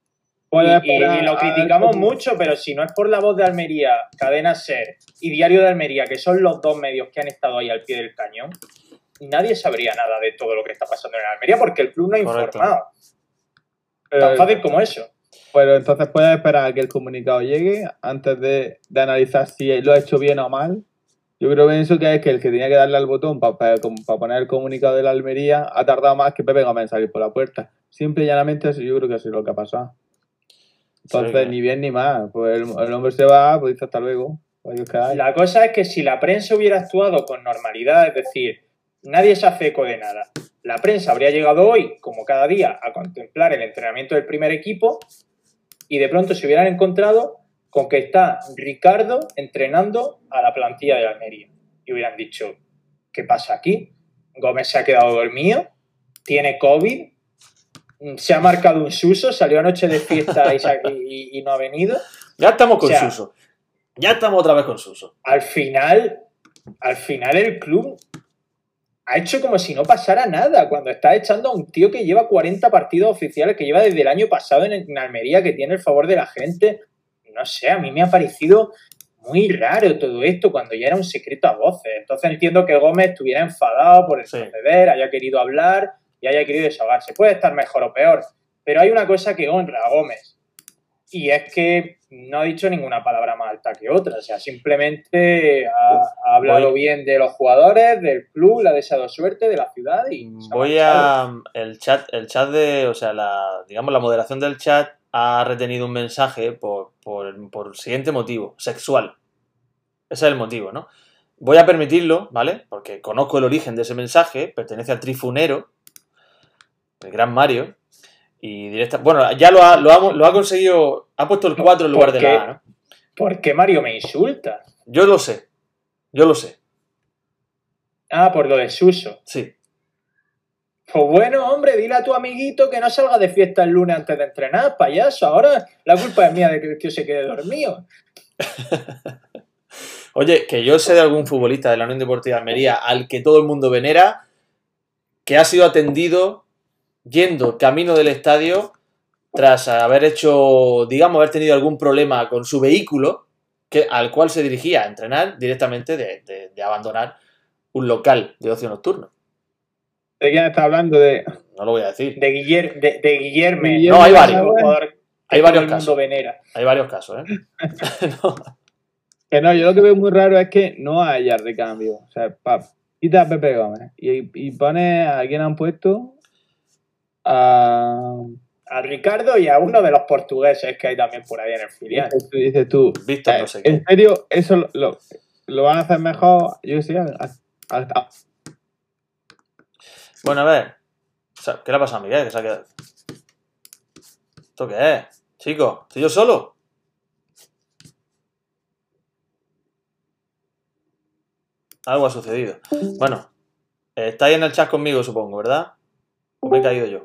Y lo criticamos mucho, pero si no es por La Voz de Almería, Cadena SER y Diario de Almería, que son los dos medios que han estado ahí al pie del cañón, nadie sabría nada de todo lo que está pasando en Almería porque el club no ha informado. Tan fácil como eso. Pero entonces puedes esperar a que el comunicado llegue antes de analizar si lo ha hecho bien o mal. Yo creo que eso que es que el que tenía que darle al botón para poner el comunicado de la Almería ha tardado más que Pepe Gómez en salir por la puerta. Simple y llanamente yo creo que eso es lo que ha pasado. Entonces, ni bien ni mal. Pues el hombre se va, pues dice hasta luego. La cosa es que si la prensa hubiera actuado con normalidad, es decir, nadie se hace eco de nada. La prensa habría llegado hoy, como cada día, a contemplar el entrenamiento del primer equipo y de pronto se hubieran encontrado con que está Ricardo entrenando a la plantilla de Almería. Y hubieran dicho, ¿qué pasa aquí? Gómez se ha quedado dormido, tiene COVID, se ha marcado un Suso, salió anoche de fiesta y no ha venido. Ya estamos con Suso. Ya estamos otra vez con Suso. Al final el club ha hecho como si no pasara nada cuando está echando a un tío que lleva 40 partidos oficiales, que lleva desde el año pasado en Almería, que tiene el favor de la gente. No sé, a mí me ha parecido muy raro todo esto cuando ya era un secreto a voces. Entonces entiendo que Gómez estuviera enfadado por el proceder, haya querido hablar y haya querido desahogarse. Puede estar mejor o peor, pero hay una cosa que honra a Gómez y es que no ha dicho ninguna palabra más alta que otra. O sea, simplemente ha hablado bien de los jugadores, del club, le ha deseado suerte, de la ciudad y... El chat de... O sea, la moderación del chat ha retenido un mensaje por el siguiente motivo, sexual. Ese es el motivo, ¿no? Voy a permitirlo, ¿vale? Porque conozco el origen de ese mensaje, pertenece al Trifunero, el gran Mario. Y bueno, ya lo ha conseguido, ha puesto el 4 en lugar de la A, ¿no? ¿Por qué Mario me insulta? Yo lo sé. Ah, por lo de Suso. Sí. Pues bueno, hombre, dile a tu amiguito que no salga de fiesta el lunes antes de entrenar, payaso. Ahora la culpa es mía de que el tío se quede dormido. Oye, que yo sé de algún futbolista de la Unión Deportiva de Almería al que todo el mundo venera, que ha sido atendido yendo camino del estadio tras haber hecho, digamos, haber tenido algún problema con su vehículo, al cual se dirigía a entrenar directamente de abandonar un local de ocio nocturno. ¿De quién está hablando? No lo voy a decir. De Guillermo. No, hay varios. Hay varios casos. Hay varios casos, ¿eh? No. Que no, yo lo que veo muy raro es que no haya recambio. O sea, quita a Pepe Gómez y pone a quien han puesto a Ricardo y a uno de los portugueses que hay también por ahí en el filial. Dices tú, Víctor, no sé qué. ¿En serio eso lo van a hacer mejor? Yo qué sé, Bueno, a ver. ¿Qué le ha pasado a Miguel? Que se ha quedado... ¿Esto qué es? Chicos, ¿estoy yo solo? Algo ha sucedido. Bueno, estáis en el chat conmigo, supongo, ¿verdad? ¿O me he caído yo?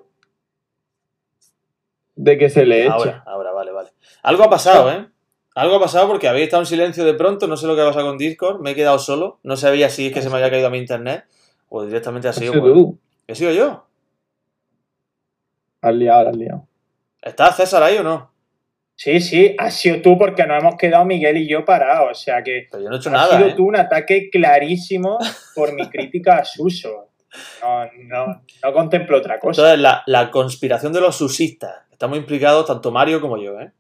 De que se le echa. Ahora, vale. Algo ha pasado, ¿eh? Algo ha pasado porque habéis estado en silencio de pronto, no sé lo que ha pasado con Discord, me he quedado solo, no sabía si es que se me había caído a mi internet o directamente ha sido... tú. ¿He sido yo? Has liado. ¿Estás César ahí o no? Sí, has sido tú porque nos hemos quedado Miguel y yo parados, o sea que... Pero yo no he hecho nada, nada, sido tú un ataque clarísimo por mi crítica a Suso. No contemplo otra cosa. Entonces, la conspiración de los susistas. Estamos implicados tanto Mario como yo, ¿eh?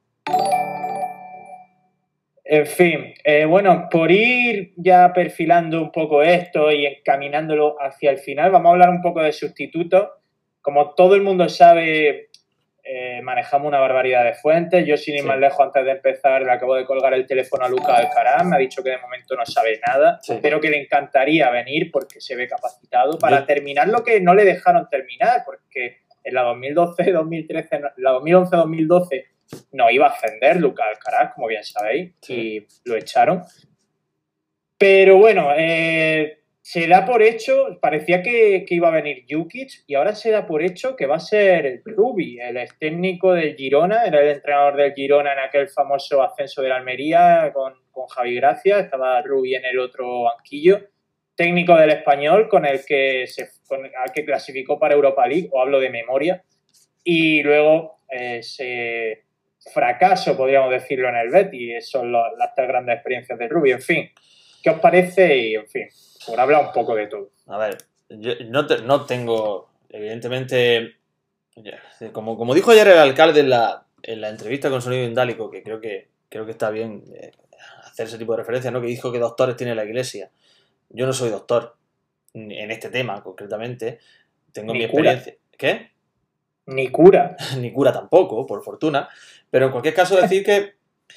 En fin, bueno, por ir ya perfilando un poco esto y encaminándolo hacia el final, vamos a hablar un poco de sustitutos. Como todo el mundo sabe, manejamos una barbaridad de fuentes. Yo, sin ir más lejos, antes de empezar, le acabo de colgar el teléfono a Lucas Alcaraz. Me ha dicho que de momento no sabe nada, pero que le encantaría venir porque se ve capacitado para terminar lo que no le dejaron terminar, porque en la 2012-2013, la 2011-2012 no iba a ascender Lucas Alcaraz, como bien sabéis, y lo echaron. Pero bueno, se da por hecho, parecía que iba a venir Jukic y ahora se da por hecho que va a ser Rubi, el ex técnico del Girona, era el entrenador del Girona en aquel famoso ascenso de la Almería con Javi Gracia, estaba Rubi en el otro banquillo, técnico del Español con el que clasificó para Europa League, o hablo de memoria, y luego fracaso, podríamos decirlo, en el Betis. Son las tres grandes experiencias de Rubi. En fin, ¿qué os parece? Y, en fin, por hablar un poco de todo. A ver, yo no tengo, evidentemente, como dijo ayer el alcalde en la entrevista con Sonido Indálico, que creo que está bien hacer ese tipo de referencias, ¿no? Que dijo que doctores tiene la Iglesia. Yo no soy doctor en este tema, concretamente. Tengo mi experiencia. ¿Qué? Ni cura. Ni cura tampoco, por fortuna. Pero en cualquier caso decir que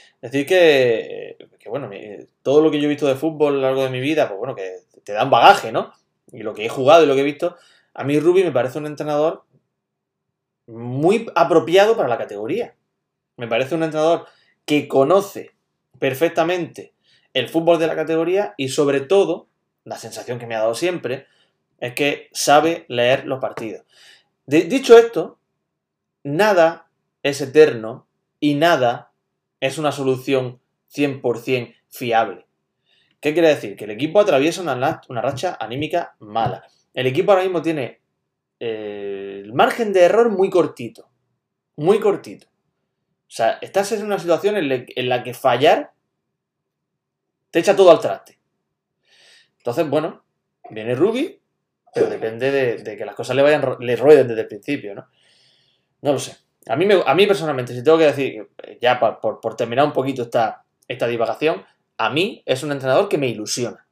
bueno, todo lo que yo he visto de fútbol a lo largo de mi vida, pues bueno, que te da un bagaje, ¿no? Y lo que he jugado y lo que he visto, a mí Rubi me parece un entrenador muy apropiado para la categoría. Me parece un entrenador que conoce perfectamente el fútbol de la categoría y sobre todo, la sensación que me ha dado siempre, es que sabe leer los partidos. Dicho esto, nada es eterno y nada es una solución 100% fiable. ¿Qué quiere decir? Que el equipo atraviesa una racha anímica mala. El equipo ahora mismo tiene el margen de error muy cortito. Muy cortito. O sea, estás en una situación en la que fallar te echa todo al traste. Entonces, bueno, viene Rubi, pero depende de que las cosas le rueden desde el principio, ¿no? No lo sé. A mí personalmente, si tengo que decir, ya por terminar un poquito esta divagación, a mí es un entrenador que me ilusiona.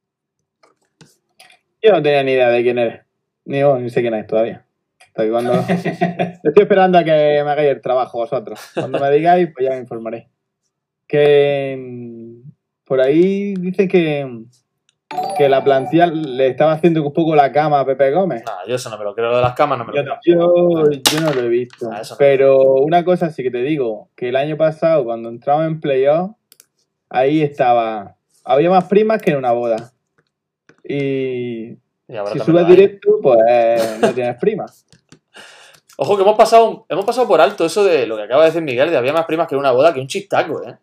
Yo no tenía ni idea de quién eres. Ni sé quién es todavía. Estoy esperando a que me hagáis el trabajo vosotros. Cuando me digáis, pues ya me informaré. Que por ahí dicen que la plantilla le estaba haciendo un poco la cama a Pepe Gómez. No, yo eso no me lo creo. Lo de las camas no me lo creo. Yo no lo he visto. Eso no. Pero una cosa sí que te digo, que el año pasado, cuando entramos en playoff, ahí estaba. Había más primas que en una boda. Y si subes directo, pues no tienes primas. Ojo que hemos pasado por alto eso de lo que acaba de decir Miguel, de había más primas que en una boda, que un chistaco, ¿eh?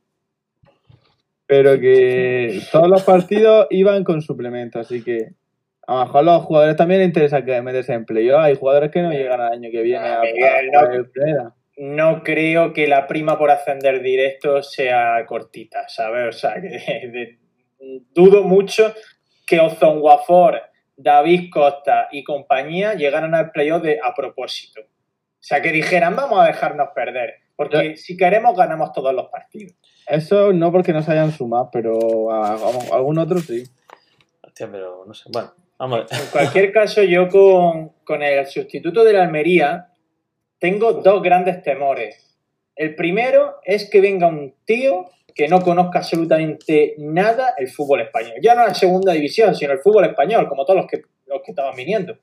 Pero que todos los partidos iban con suplemento, así que a lo mejor a los jugadores también les interesa que meterse en playoff. Hay jugadores que no llegan al año que viene a primera. No creo que la prima por ascender directo sea cortita, ¿sabes? O sea, que dudo mucho que Ozone Wafor, David Costa y compañía llegaran al playoff a propósito. O sea, que dijeran, vamos a dejarnos perder, porque si queremos ganamos todos los partidos. Eso no porque no se hayan sumado, pero a algún otro sí. Hostia, pero no sé. Bueno, vamos a ver. En cualquier caso, yo con el sustituto de la Almería tengo dos grandes temores. El primero es que venga un tío que no conozca absolutamente nada el fútbol español. Ya no la segunda división, sino el fútbol español, como todos los que estaban viniendo.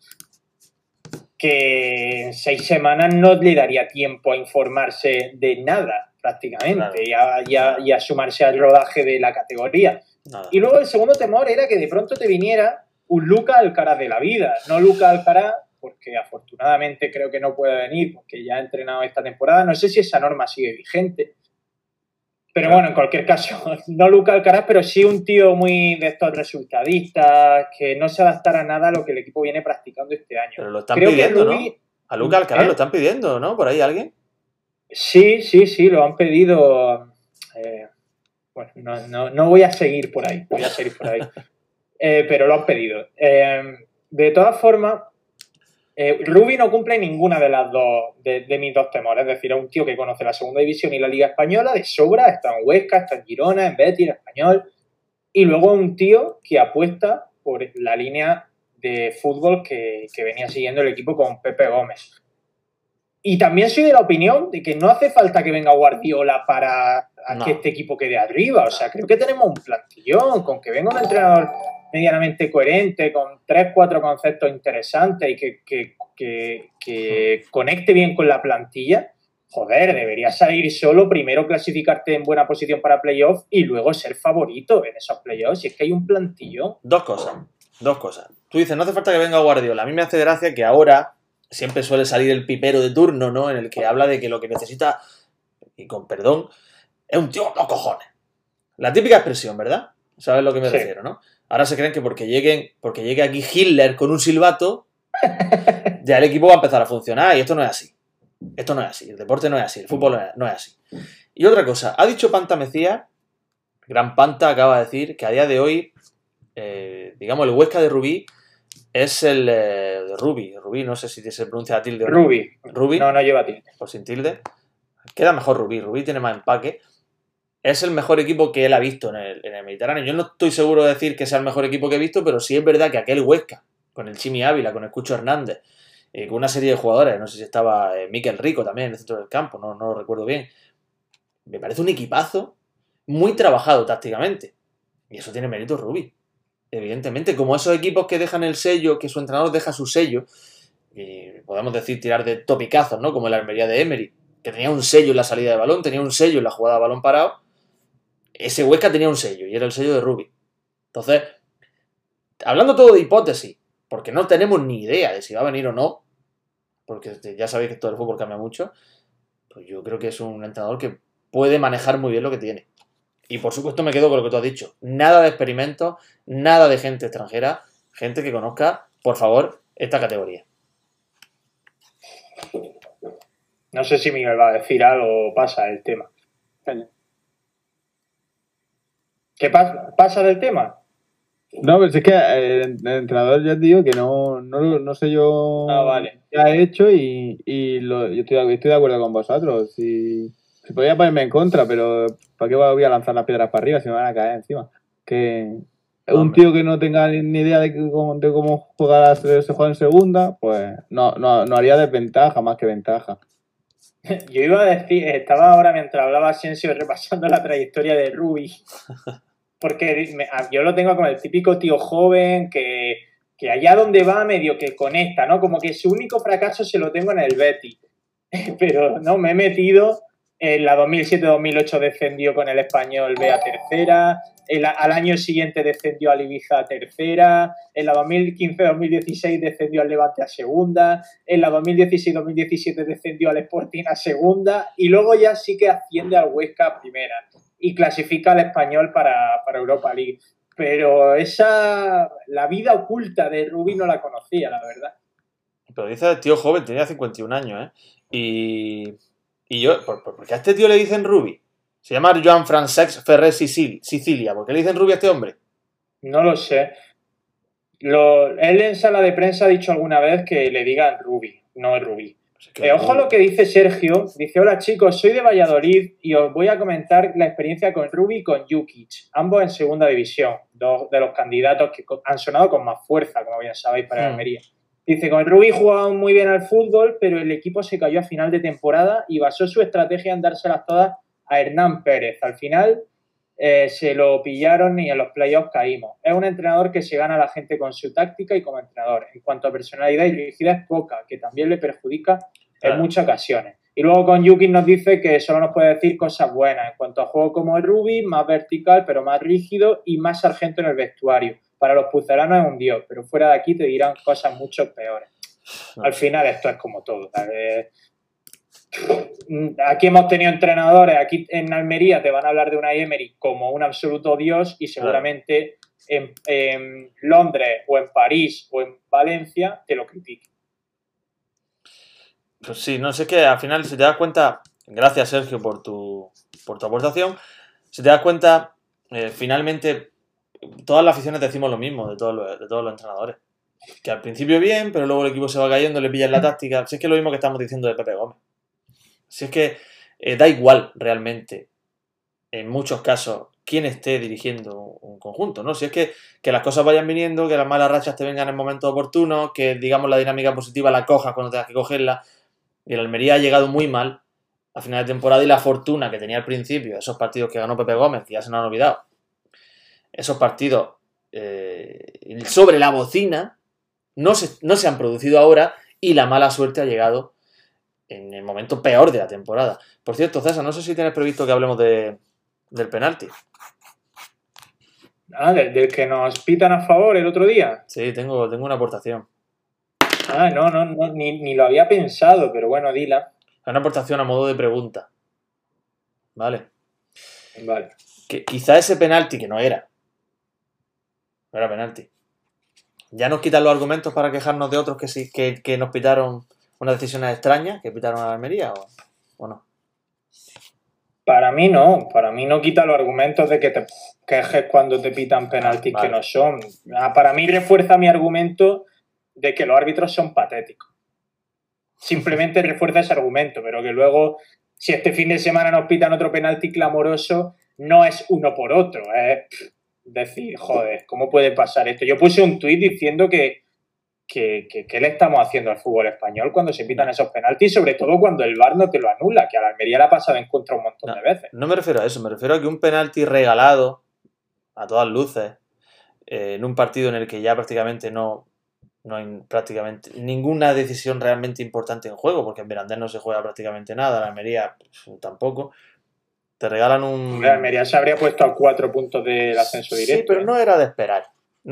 Que en 6 semanas no le daría tiempo a informarse de nada, prácticamente, claro. y a sumarse al rodaje de la categoría. Nada. Y luego el segundo temor era que de pronto te viniera un Lucas Alcaraz de la vida. No Lucas Alcaraz, porque afortunadamente creo que no puede venir, porque ya ha entrenado esta temporada. No sé si esa norma sigue vigente. Pero bueno, en cualquier caso, no Lucas Alcaraz, pero sí un tío muy de estos resultadistas, que no se adaptará a nada a lo que el equipo viene practicando este año. Pero lo están pidiendo, ¿no? A Lucas Alcaraz lo están pidiendo, ¿no? ¿Por ahí alguien? Sí, lo han pedido. Bueno, no voy a seguir por ahí, pero lo han pedido. De todas formas, Rubi no cumple ninguna de las dos de mis dos temores. Es decir, es un tío que conoce la segunda división y la Liga Española de sobra, está en Huesca, está en Girona, en Betis, en Español. Y luego es un tío que apuesta por la línea de fútbol que venía siguiendo el equipo con Pepe Gómez. Y también soy de la opinión de que no hace falta que venga Guardiola para que este equipo quede arriba. O sea, creo que tenemos un plantillón, con que venga un entrenador medianamente coherente, con 3-4 conceptos interesantes y que conecte bien con la plantilla. Joder, deberías salir solo, primero clasificarte en buena posición para playoffs y luego ser favorito en esos playoffs. Si es que hay un plantillón. Dos cosas. Tú dices, no hace falta que venga Guardiola. A mí me hace gracia que ahora siempre suele salir el pipero de turno, ¿no? En el que habla de que lo que necesita, y con perdón, es un tío con cojones. La típica expresión, ¿verdad? ¿Sabes a lo que me refiero, no? Ahora se creen que porque llegue aquí Hitler con un silbato, ya el equipo va a empezar a funcionar, y esto no es así. Esto no es así, el deporte no es así, el fútbol no es así. Y otra cosa, ha dicho Panta Mecía, Gran Panta acaba de decir que a día de hoy, digamos, el Huesca de Rubí es el de Rubí, no sé si se pronuncia a tilde o no. Rubí. No lleva tilde. Pues sin tilde. Queda mejor Rubí tiene más empaque. Es el mejor equipo que él ha visto en el Mediterráneo. Yo no estoy seguro de decir que sea el mejor equipo que he visto, pero sí es verdad que aquel Huesca, con el Chimi Ávila, con el Cucho Hernández, con una serie de jugadores, no sé si estaba Miquel Rico también en el centro del campo, no lo recuerdo bien. Me parece un equipazo muy trabajado tácticamente. Y eso tiene mérito Rubí. Evidentemente, como esos equipos que dejan el sello, que su entrenador deja su sello, y podemos decir tirar de topicazos, ¿no? Como la Almería de Emery, que tenía un sello en la salida de balón, tenía un sello en la jugada de balón parado. Ese Huesca tenía un sello, y era el sello de Rubí. Entonces, hablando todo de hipótesis, porque no tenemos ni idea de si va a venir o no, porque ya sabéis que todo el fútbol cambia mucho, pues yo creo que es un entrenador que puede manejar muy bien lo que tiene. Y por supuesto me quedo con lo que tú has dicho. Nada de experimentos, nada de gente extranjera, gente que conozca, por favor, esta categoría. No sé si Miguel va a decir algo o pasa el tema. ¿Qué pasa del tema? No, pero es que el entrenador ya te digo que no sé yo qué ha hecho y yo estoy de acuerdo con vosotros. Si podía ponerme en contra, pero ¿para qué voy a lanzar las piedras para arriba si me van a caer encima? Que un tío que no tenga ni idea de cómo se juega en segunda, pues no haría desventaja más que ventaja. Yo iba a decir, estaba ahora mientras hablaba Asensio repasando la trayectoria de Rubí, porque yo lo tengo como el típico tío joven que allá donde va medio que conecta, ¿no? Como que su único fracaso se lo tengo en el Betis. Pero no, me he metido en la 2007-2008 descendió con el Español B a tercera, al año siguiente descendió al Ibiza a tercera, en la 2015-2016 descendió al Levante a segunda, en la 2016-2017 descendió al Sporting a segunda y luego ya sí que asciende al Huesca a primera y clasifica al Español para Europa League. Pero la vida oculta de Rubi no la conocía, la verdad. Pero dice el tío joven, tenía 51 años, ¿eh? Y yo, ¿por qué a este tío le dicen Rubi? Se llama Joan Francesc Ferrer Sicilia. ¿Por qué le dicen Rubi a este hombre? No lo sé. Él en sala de prensa ha dicho alguna vez que le digan Rubi, no Rubí. Ojo a lo que dice Sergio. Dice, hola chicos, soy de Valladolid y os voy a comentar la experiencia con Rubi y con Jukic, ambos en segunda división, dos de los candidatos que han sonado con más fuerza, como bien sabéis, para Almería. Dice, con Rubi jugaban muy bien al fútbol, pero el equipo se cayó a final de temporada y basó su estrategia en dárselas todas a Hernán Pérez. Al final se lo pillaron y en los playoffs caímos. Es un entrenador que se gana a la gente con su táctica y como entrenador. En cuanto a personalidad y rigidez, poca, que también le perjudica en muchas ocasiones. Y luego con Jukic nos dice que solo nos puede decir cosas buenas. En cuanto a juego como el Rubi, más vertical, pero más rígido y más sargento en el vestuario. Para los puzaranos es un dios, pero fuera de aquí te dirán cosas mucho peores. Al final esto es como todo. Aquí hemos tenido entrenadores, aquí en Almería te van a hablar de Unai Emery como un absoluto dios y seguramente en Londres o en París o en Valencia te lo critiquen. Pues sí, no sé, es que al final, si te das cuenta, gracias Sergio por tu aportación, si te das cuenta, finalmente todas las aficiones decimos lo mismo de todos los entrenadores. Que al principio bien, pero luego el equipo se va cayendo, le pillan la táctica. Si es que es lo mismo que estamos diciendo de Pepe Gómez. Si es que da igual realmente, en muchos casos, quién esté dirigiendo un conjunto, ¿no? Si es que las cosas vayan viniendo, que las malas rachas te vengan en momentos oportunos, que digamos la dinámica positiva la cojas cuando tengas que cogerla. Y el Almería ha llegado muy mal a final de temporada y la fortuna que tenía al principio, esos partidos que ganó Pepe Gómez, que ya se nos han olvidado, esos partidos sobre la bocina no se han producido ahora y la mala suerte ha llegado en el momento peor de la temporada. Por cierto, César, no sé si tienes previsto que hablemos del penalti. Del que nos pitan a favor el otro día. Sí, tengo una aportación. No, ni lo había pensado, pero bueno, dila. Una aportación a modo de pregunta. Vale. Vale. Que quizá ese penalti, que no era penalti, ya nos quitan los argumentos para quejarnos de otros que sí, que nos pitaron unas decisiones extrañas, que pitaron a la Almería, o no. Para mí no quita los argumentos de que te quejes cuando te pitan penaltis vale. Que no son. Para mí refuerza mi argumento de que los árbitros son patéticos. Simplemente refuerza ese argumento, pero que luego, si este fin de semana nos pitan otro penalti clamoroso, no es uno por otro. Es decir, joder, ¿cómo puede pasar esto? Yo puse un tuit diciendo que le estamos haciendo al fútbol español cuando se pitan esos penaltis, sobre todo cuando el VAR no te lo anula, que a la Almería le ha pasado en contra un montón de veces. No me refiero a eso, me refiero a que un penalti regalado, a todas luces, en un partido en el que ya prácticamente no hay prácticamente ninguna decisión realmente importante en juego, porque en Mirandés no se juega prácticamente nada, la Almería pues, tampoco. Te regalan un... La Almería se habría puesto a 4 puntos del ascenso directo. Sí, pero no era de esperar.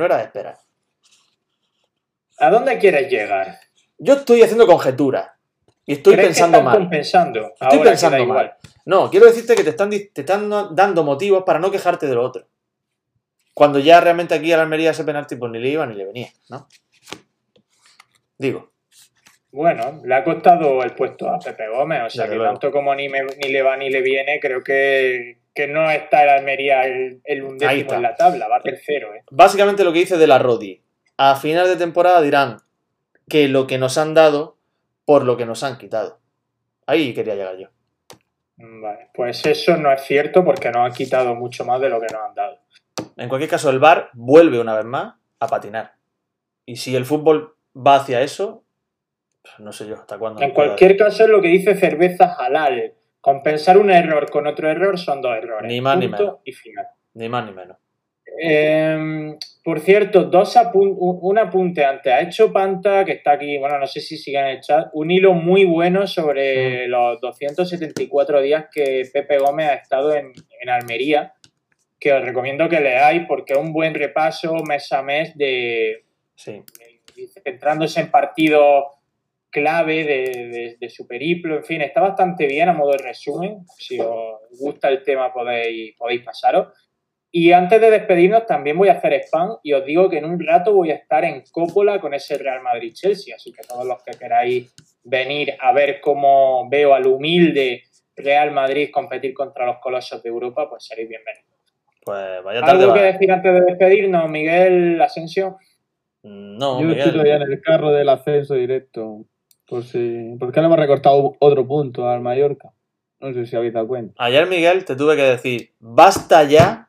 ¿A dónde quieres llegar? Yo estoy haciendo conjeturas. Y estoy pensando mal. Compensando? Estoy pensando mal. No, quiero decirte que te están dando motivos para no quejarte de lo otro. Cuando ya realmente aquí a la Almería ese penalti pues ni le iba ni le venía, ¿no? Digo. Bueno, le ha costado el puesto a Pepe Gómez, o sea que luego, tanto como ni le va ni le viene, creo que no está el Almería el undécimo en la tabla, va tercero. Básicamente lo que dice de la Rodi, a final de temporada dirán que lo que nos han dado por lo que nos han quitado. Ahí quería llegar yo. Vale, pues eso no es cierto porque nos han quitado mucho más de lo que nos han dado. En cualquier caso, el VAR vuelve una vez más a patinar. Y si el fútbol va hacia eso... No sé yo hasta cuándo. En cualquier caso es lo que dice Cerveza Halal. Compensar un error con otro error son dos errores. Ni más punto ni menos. Y final. Ni más ni menos. Por cierto, un apunte antes. Ha hecho Panta, que está aquí, bueno, no sé si sigue en el chat, un hilo muy bueno sobre los 274 días que Pepe Gómez ha estado en Almería, que os recomiendo que leáis porque es un buen repaso mes a mes centrándose en partidos clave de su periplo, en fin, está bastante bien a modo de resumen. Si os gusta el tema podéis pasaros. Y antes de despedirnos también voy a hacer spam y os digo que en un rato voy a estar en Coppola con ese Real Madrid-Chelsea, así que todos los que queráis venir a ver cómo veo al humilde Real Madrid competir contra los colosos de Europa, pues seréis bienvenidos. Pues vaya tarde. ¿Algo que decir antes de despedirnos, Miguel Asensio? No, yo estoy todavía en el carro del ascenso directo, porque le hemos recortado otro punto al Mallorca. No sé si habéis dado cuenta. Ayer, Miguel, te tuve que decir, basta ya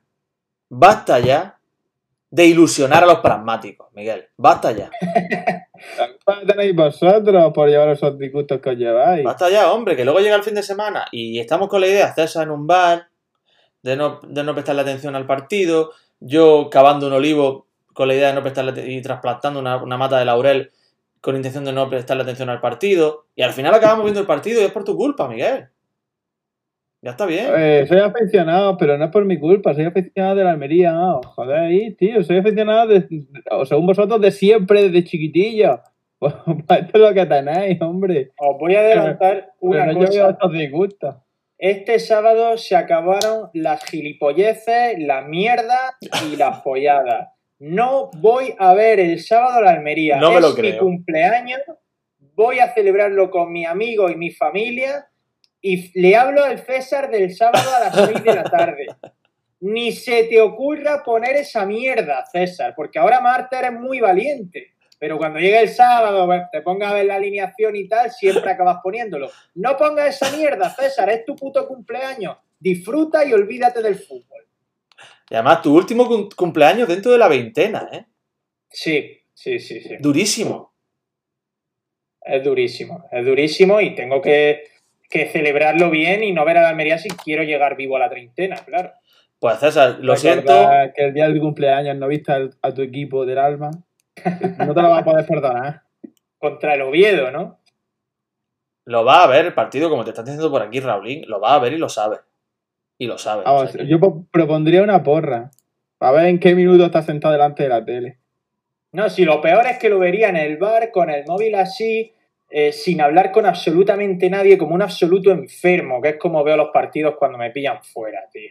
de ilusionar a los pragmáticos, Miguel. Basta ya. ¿Qué tenéis vosotros por llevar esos disgustos que os lleváis? Basta ya, hombre, que luego llega el fin de semana y estamos con la idea de hacerse en un bar, de no prestarle atención al partido, yo cavando un olivo con la idea de no prestarle y trasplantando una mata de laurel con intención de no prestarle atención al partido, y al final acabamos viendo el partido y es por tu culpa, Miguel. Ya está bien. Soy aficionado, pero no es por mi culpa. Soy aficionado de la Almería. Joder, tío. Soy aficionado, según vosotros, de siempre, desde chiquitillo. Pues esto es lo que tenéis, hombre. Os voy a adelantar una cosa. Este sábado se acabaron las gilipolleces, la mierda y las polladas. No voy a ver el sábado la Almería. No me lo creo. Es mi cumpleaños. Voy a celebrarlo con mi amigo y mi familia. Y le hablo al César del sábado a las 6 de la tarde. Ni se te ocurra poner esa mierda, César, porque ahora Marta eres muy valiente. Pero cuando llegue el sábado, te pongas a ver la alineación y tal, siempre acabas poniéndolo. No pongas esa mierda, César, es tu puto cumpleaños. Disfruta y olvídate del fútbol. Y además, tu último cumpleaños dentro de la veintena, ¿eh? Sí. Durísimo. Es durísimo y tengo que celebrarlo bien y no ver a la Almería si quiero llegar vivo a la treintena, claro. Pues César, lo siento. Que el día del cumpleaños no viste a tu equipo del alma. No te lo vas a poder perdonar. Contra el Oviedo, ¿no? Lo va a ver el partido, como te estás diciendo por aquí, Raulín. Lo va a ver y lo sabe. Vamos, o sea, yo propondría una porra. A ver en qué minuto estás sentado delante de la tele. No, si lo peor es que lo vería en el bar, con el móvil así, sin hablar con absolutamente nadie, como un absoluto enfermo, que es como veo los partidos cuando me pillan fuera, tío.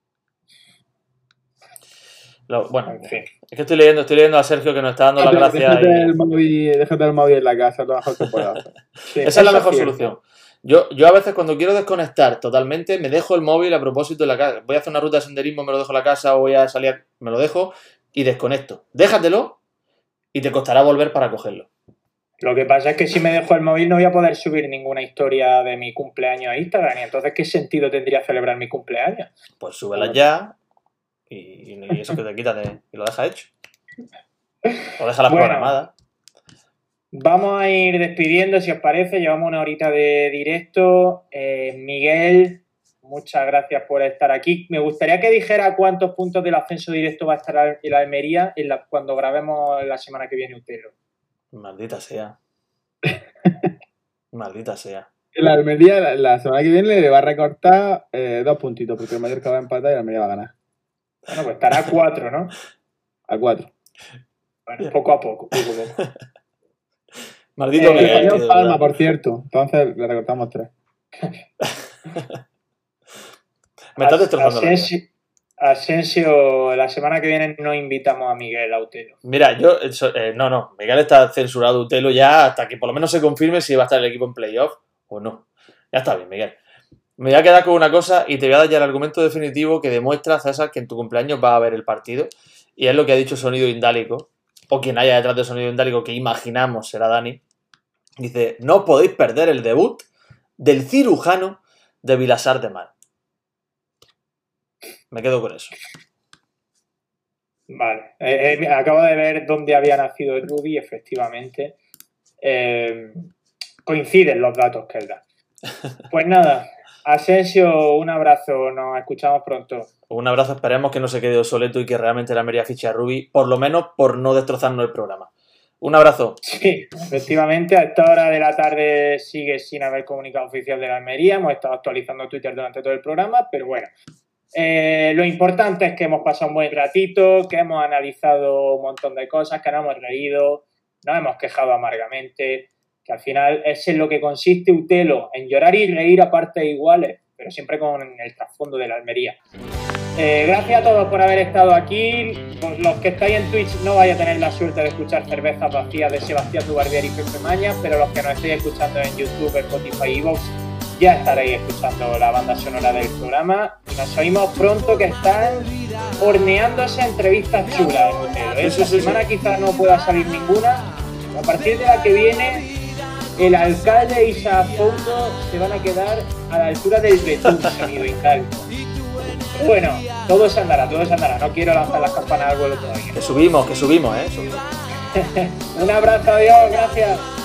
Bueno, en fin. Es que estoy leyendo a Sergio que nos está dando las gracias. Déjate el móvil en la casa, es lo mejor que puedo hacer. Sí, esa es la mejor solución. Yo a veces cuando quiero desconectar totalmente, me dejo el móvil a propósito de la casa. Voy a hacer una ruta de senderismo, me lo dejo en la casa, o voy a salir, me lo dejo y desconecto. Déjatelo y te costará volver para cogerlo. Lo que pasa es que si me dejo el móvil no voy a poder subir ninguna historia de mi cumpleaños a Instagram. Y entonces, ¿qué sentido tendría celebrar mi cumpleaños? Pues súbelas ya y eso que te quitas y lo dejas hecho. O déjalas programadas. Vamos a ir despidiendo, si os parece. Llevamos una horita de directo. Miguel, muchas gracias por estar aquí. Me gustaría que dijera cuántos puntos del ascenso directo va a estar en la Almería cuando grabemos la semana que viene Utelo. Maldita sea. Maldita sea. La Almería la semana que viene le va a recortar 2 puntitos, porque el Mallorca va a empatar y la Almería va a ganar. Bueno, pues estará a 4, ¿no? A 4. Bueno, poco a poco. Maldito Miguel. Palma, por cierto. Entonces le recortamos 3. Me estás destrozando la vida. Asensio, la semana que viene no invitamos a Miguel a Utelo. Mira, no. Miguel está censurado Utelo ya hasta que por lo menos se confirme si va a estar el equipo en playoff o no. Ya está bien, Miguel. Me voy a quedar con una cosa y te voy a dar ya el argumento definitivo que demuestra, César, que en tu cumpleaños va a haber el partido. Y es lo que ha dicho Sonido Indálico, o quien haya detrás de Sonido Indálico, que imaginamos será Dani. Dice, no podéis perder el debut del cirujano de Vilassar de Mar. Me quedo con eso. Vale. Acabo de ver dónde había nacido el Rubi, efectivamente. Coinciden los datos que él da. Pues nada, Asensio, un abrazo, nos escuchamos pronto. Un abrazo, esperemos que no se quede obsoleto y que realmente la Almería fiche a Rubi, por lo menos por no destrozarnos el programa. Un abrazo. Sí, efectivamente, a esta hora de la tarde sigue sin haber comunicado oficial de la Almería. Hemos estado actualizando Twitter durante todo el programa, pero bueno. Lo importante es que hemos pasado un buen ratito, que hemos analizado un montón de cosas, que nos hemos reído, nos hemos quejado amargamente, que al final es en lo que consiste Utelo, en llorar y reír a partes iguales, pero siempre con el trasfondo de la Almería. Gracias a todos por haber estado aquí. Los que estáis en Twitch no vais a tener la suerte de escuchar Cervezas Vacías de Sebastián Dubarbier y Pepe Mañas, pero los que nos estéis escuchando en YouTube, Spotify y Vox ya estaréis escuchando la banda sonora del programa y nos oímos pronto, que están horneándose entrevistas chulas en Utelo. Esta semana quizás no pueda salir ninguna. A partir de la que viene, el alcalde y Safondo se van a quedar a la altura del Betún, sonido incálculo. Bueno, todo se andará. No quiero lanzar las campanas al vuelo todavía. Que subimos, Subimos. Un abrazo, adiós, gracias.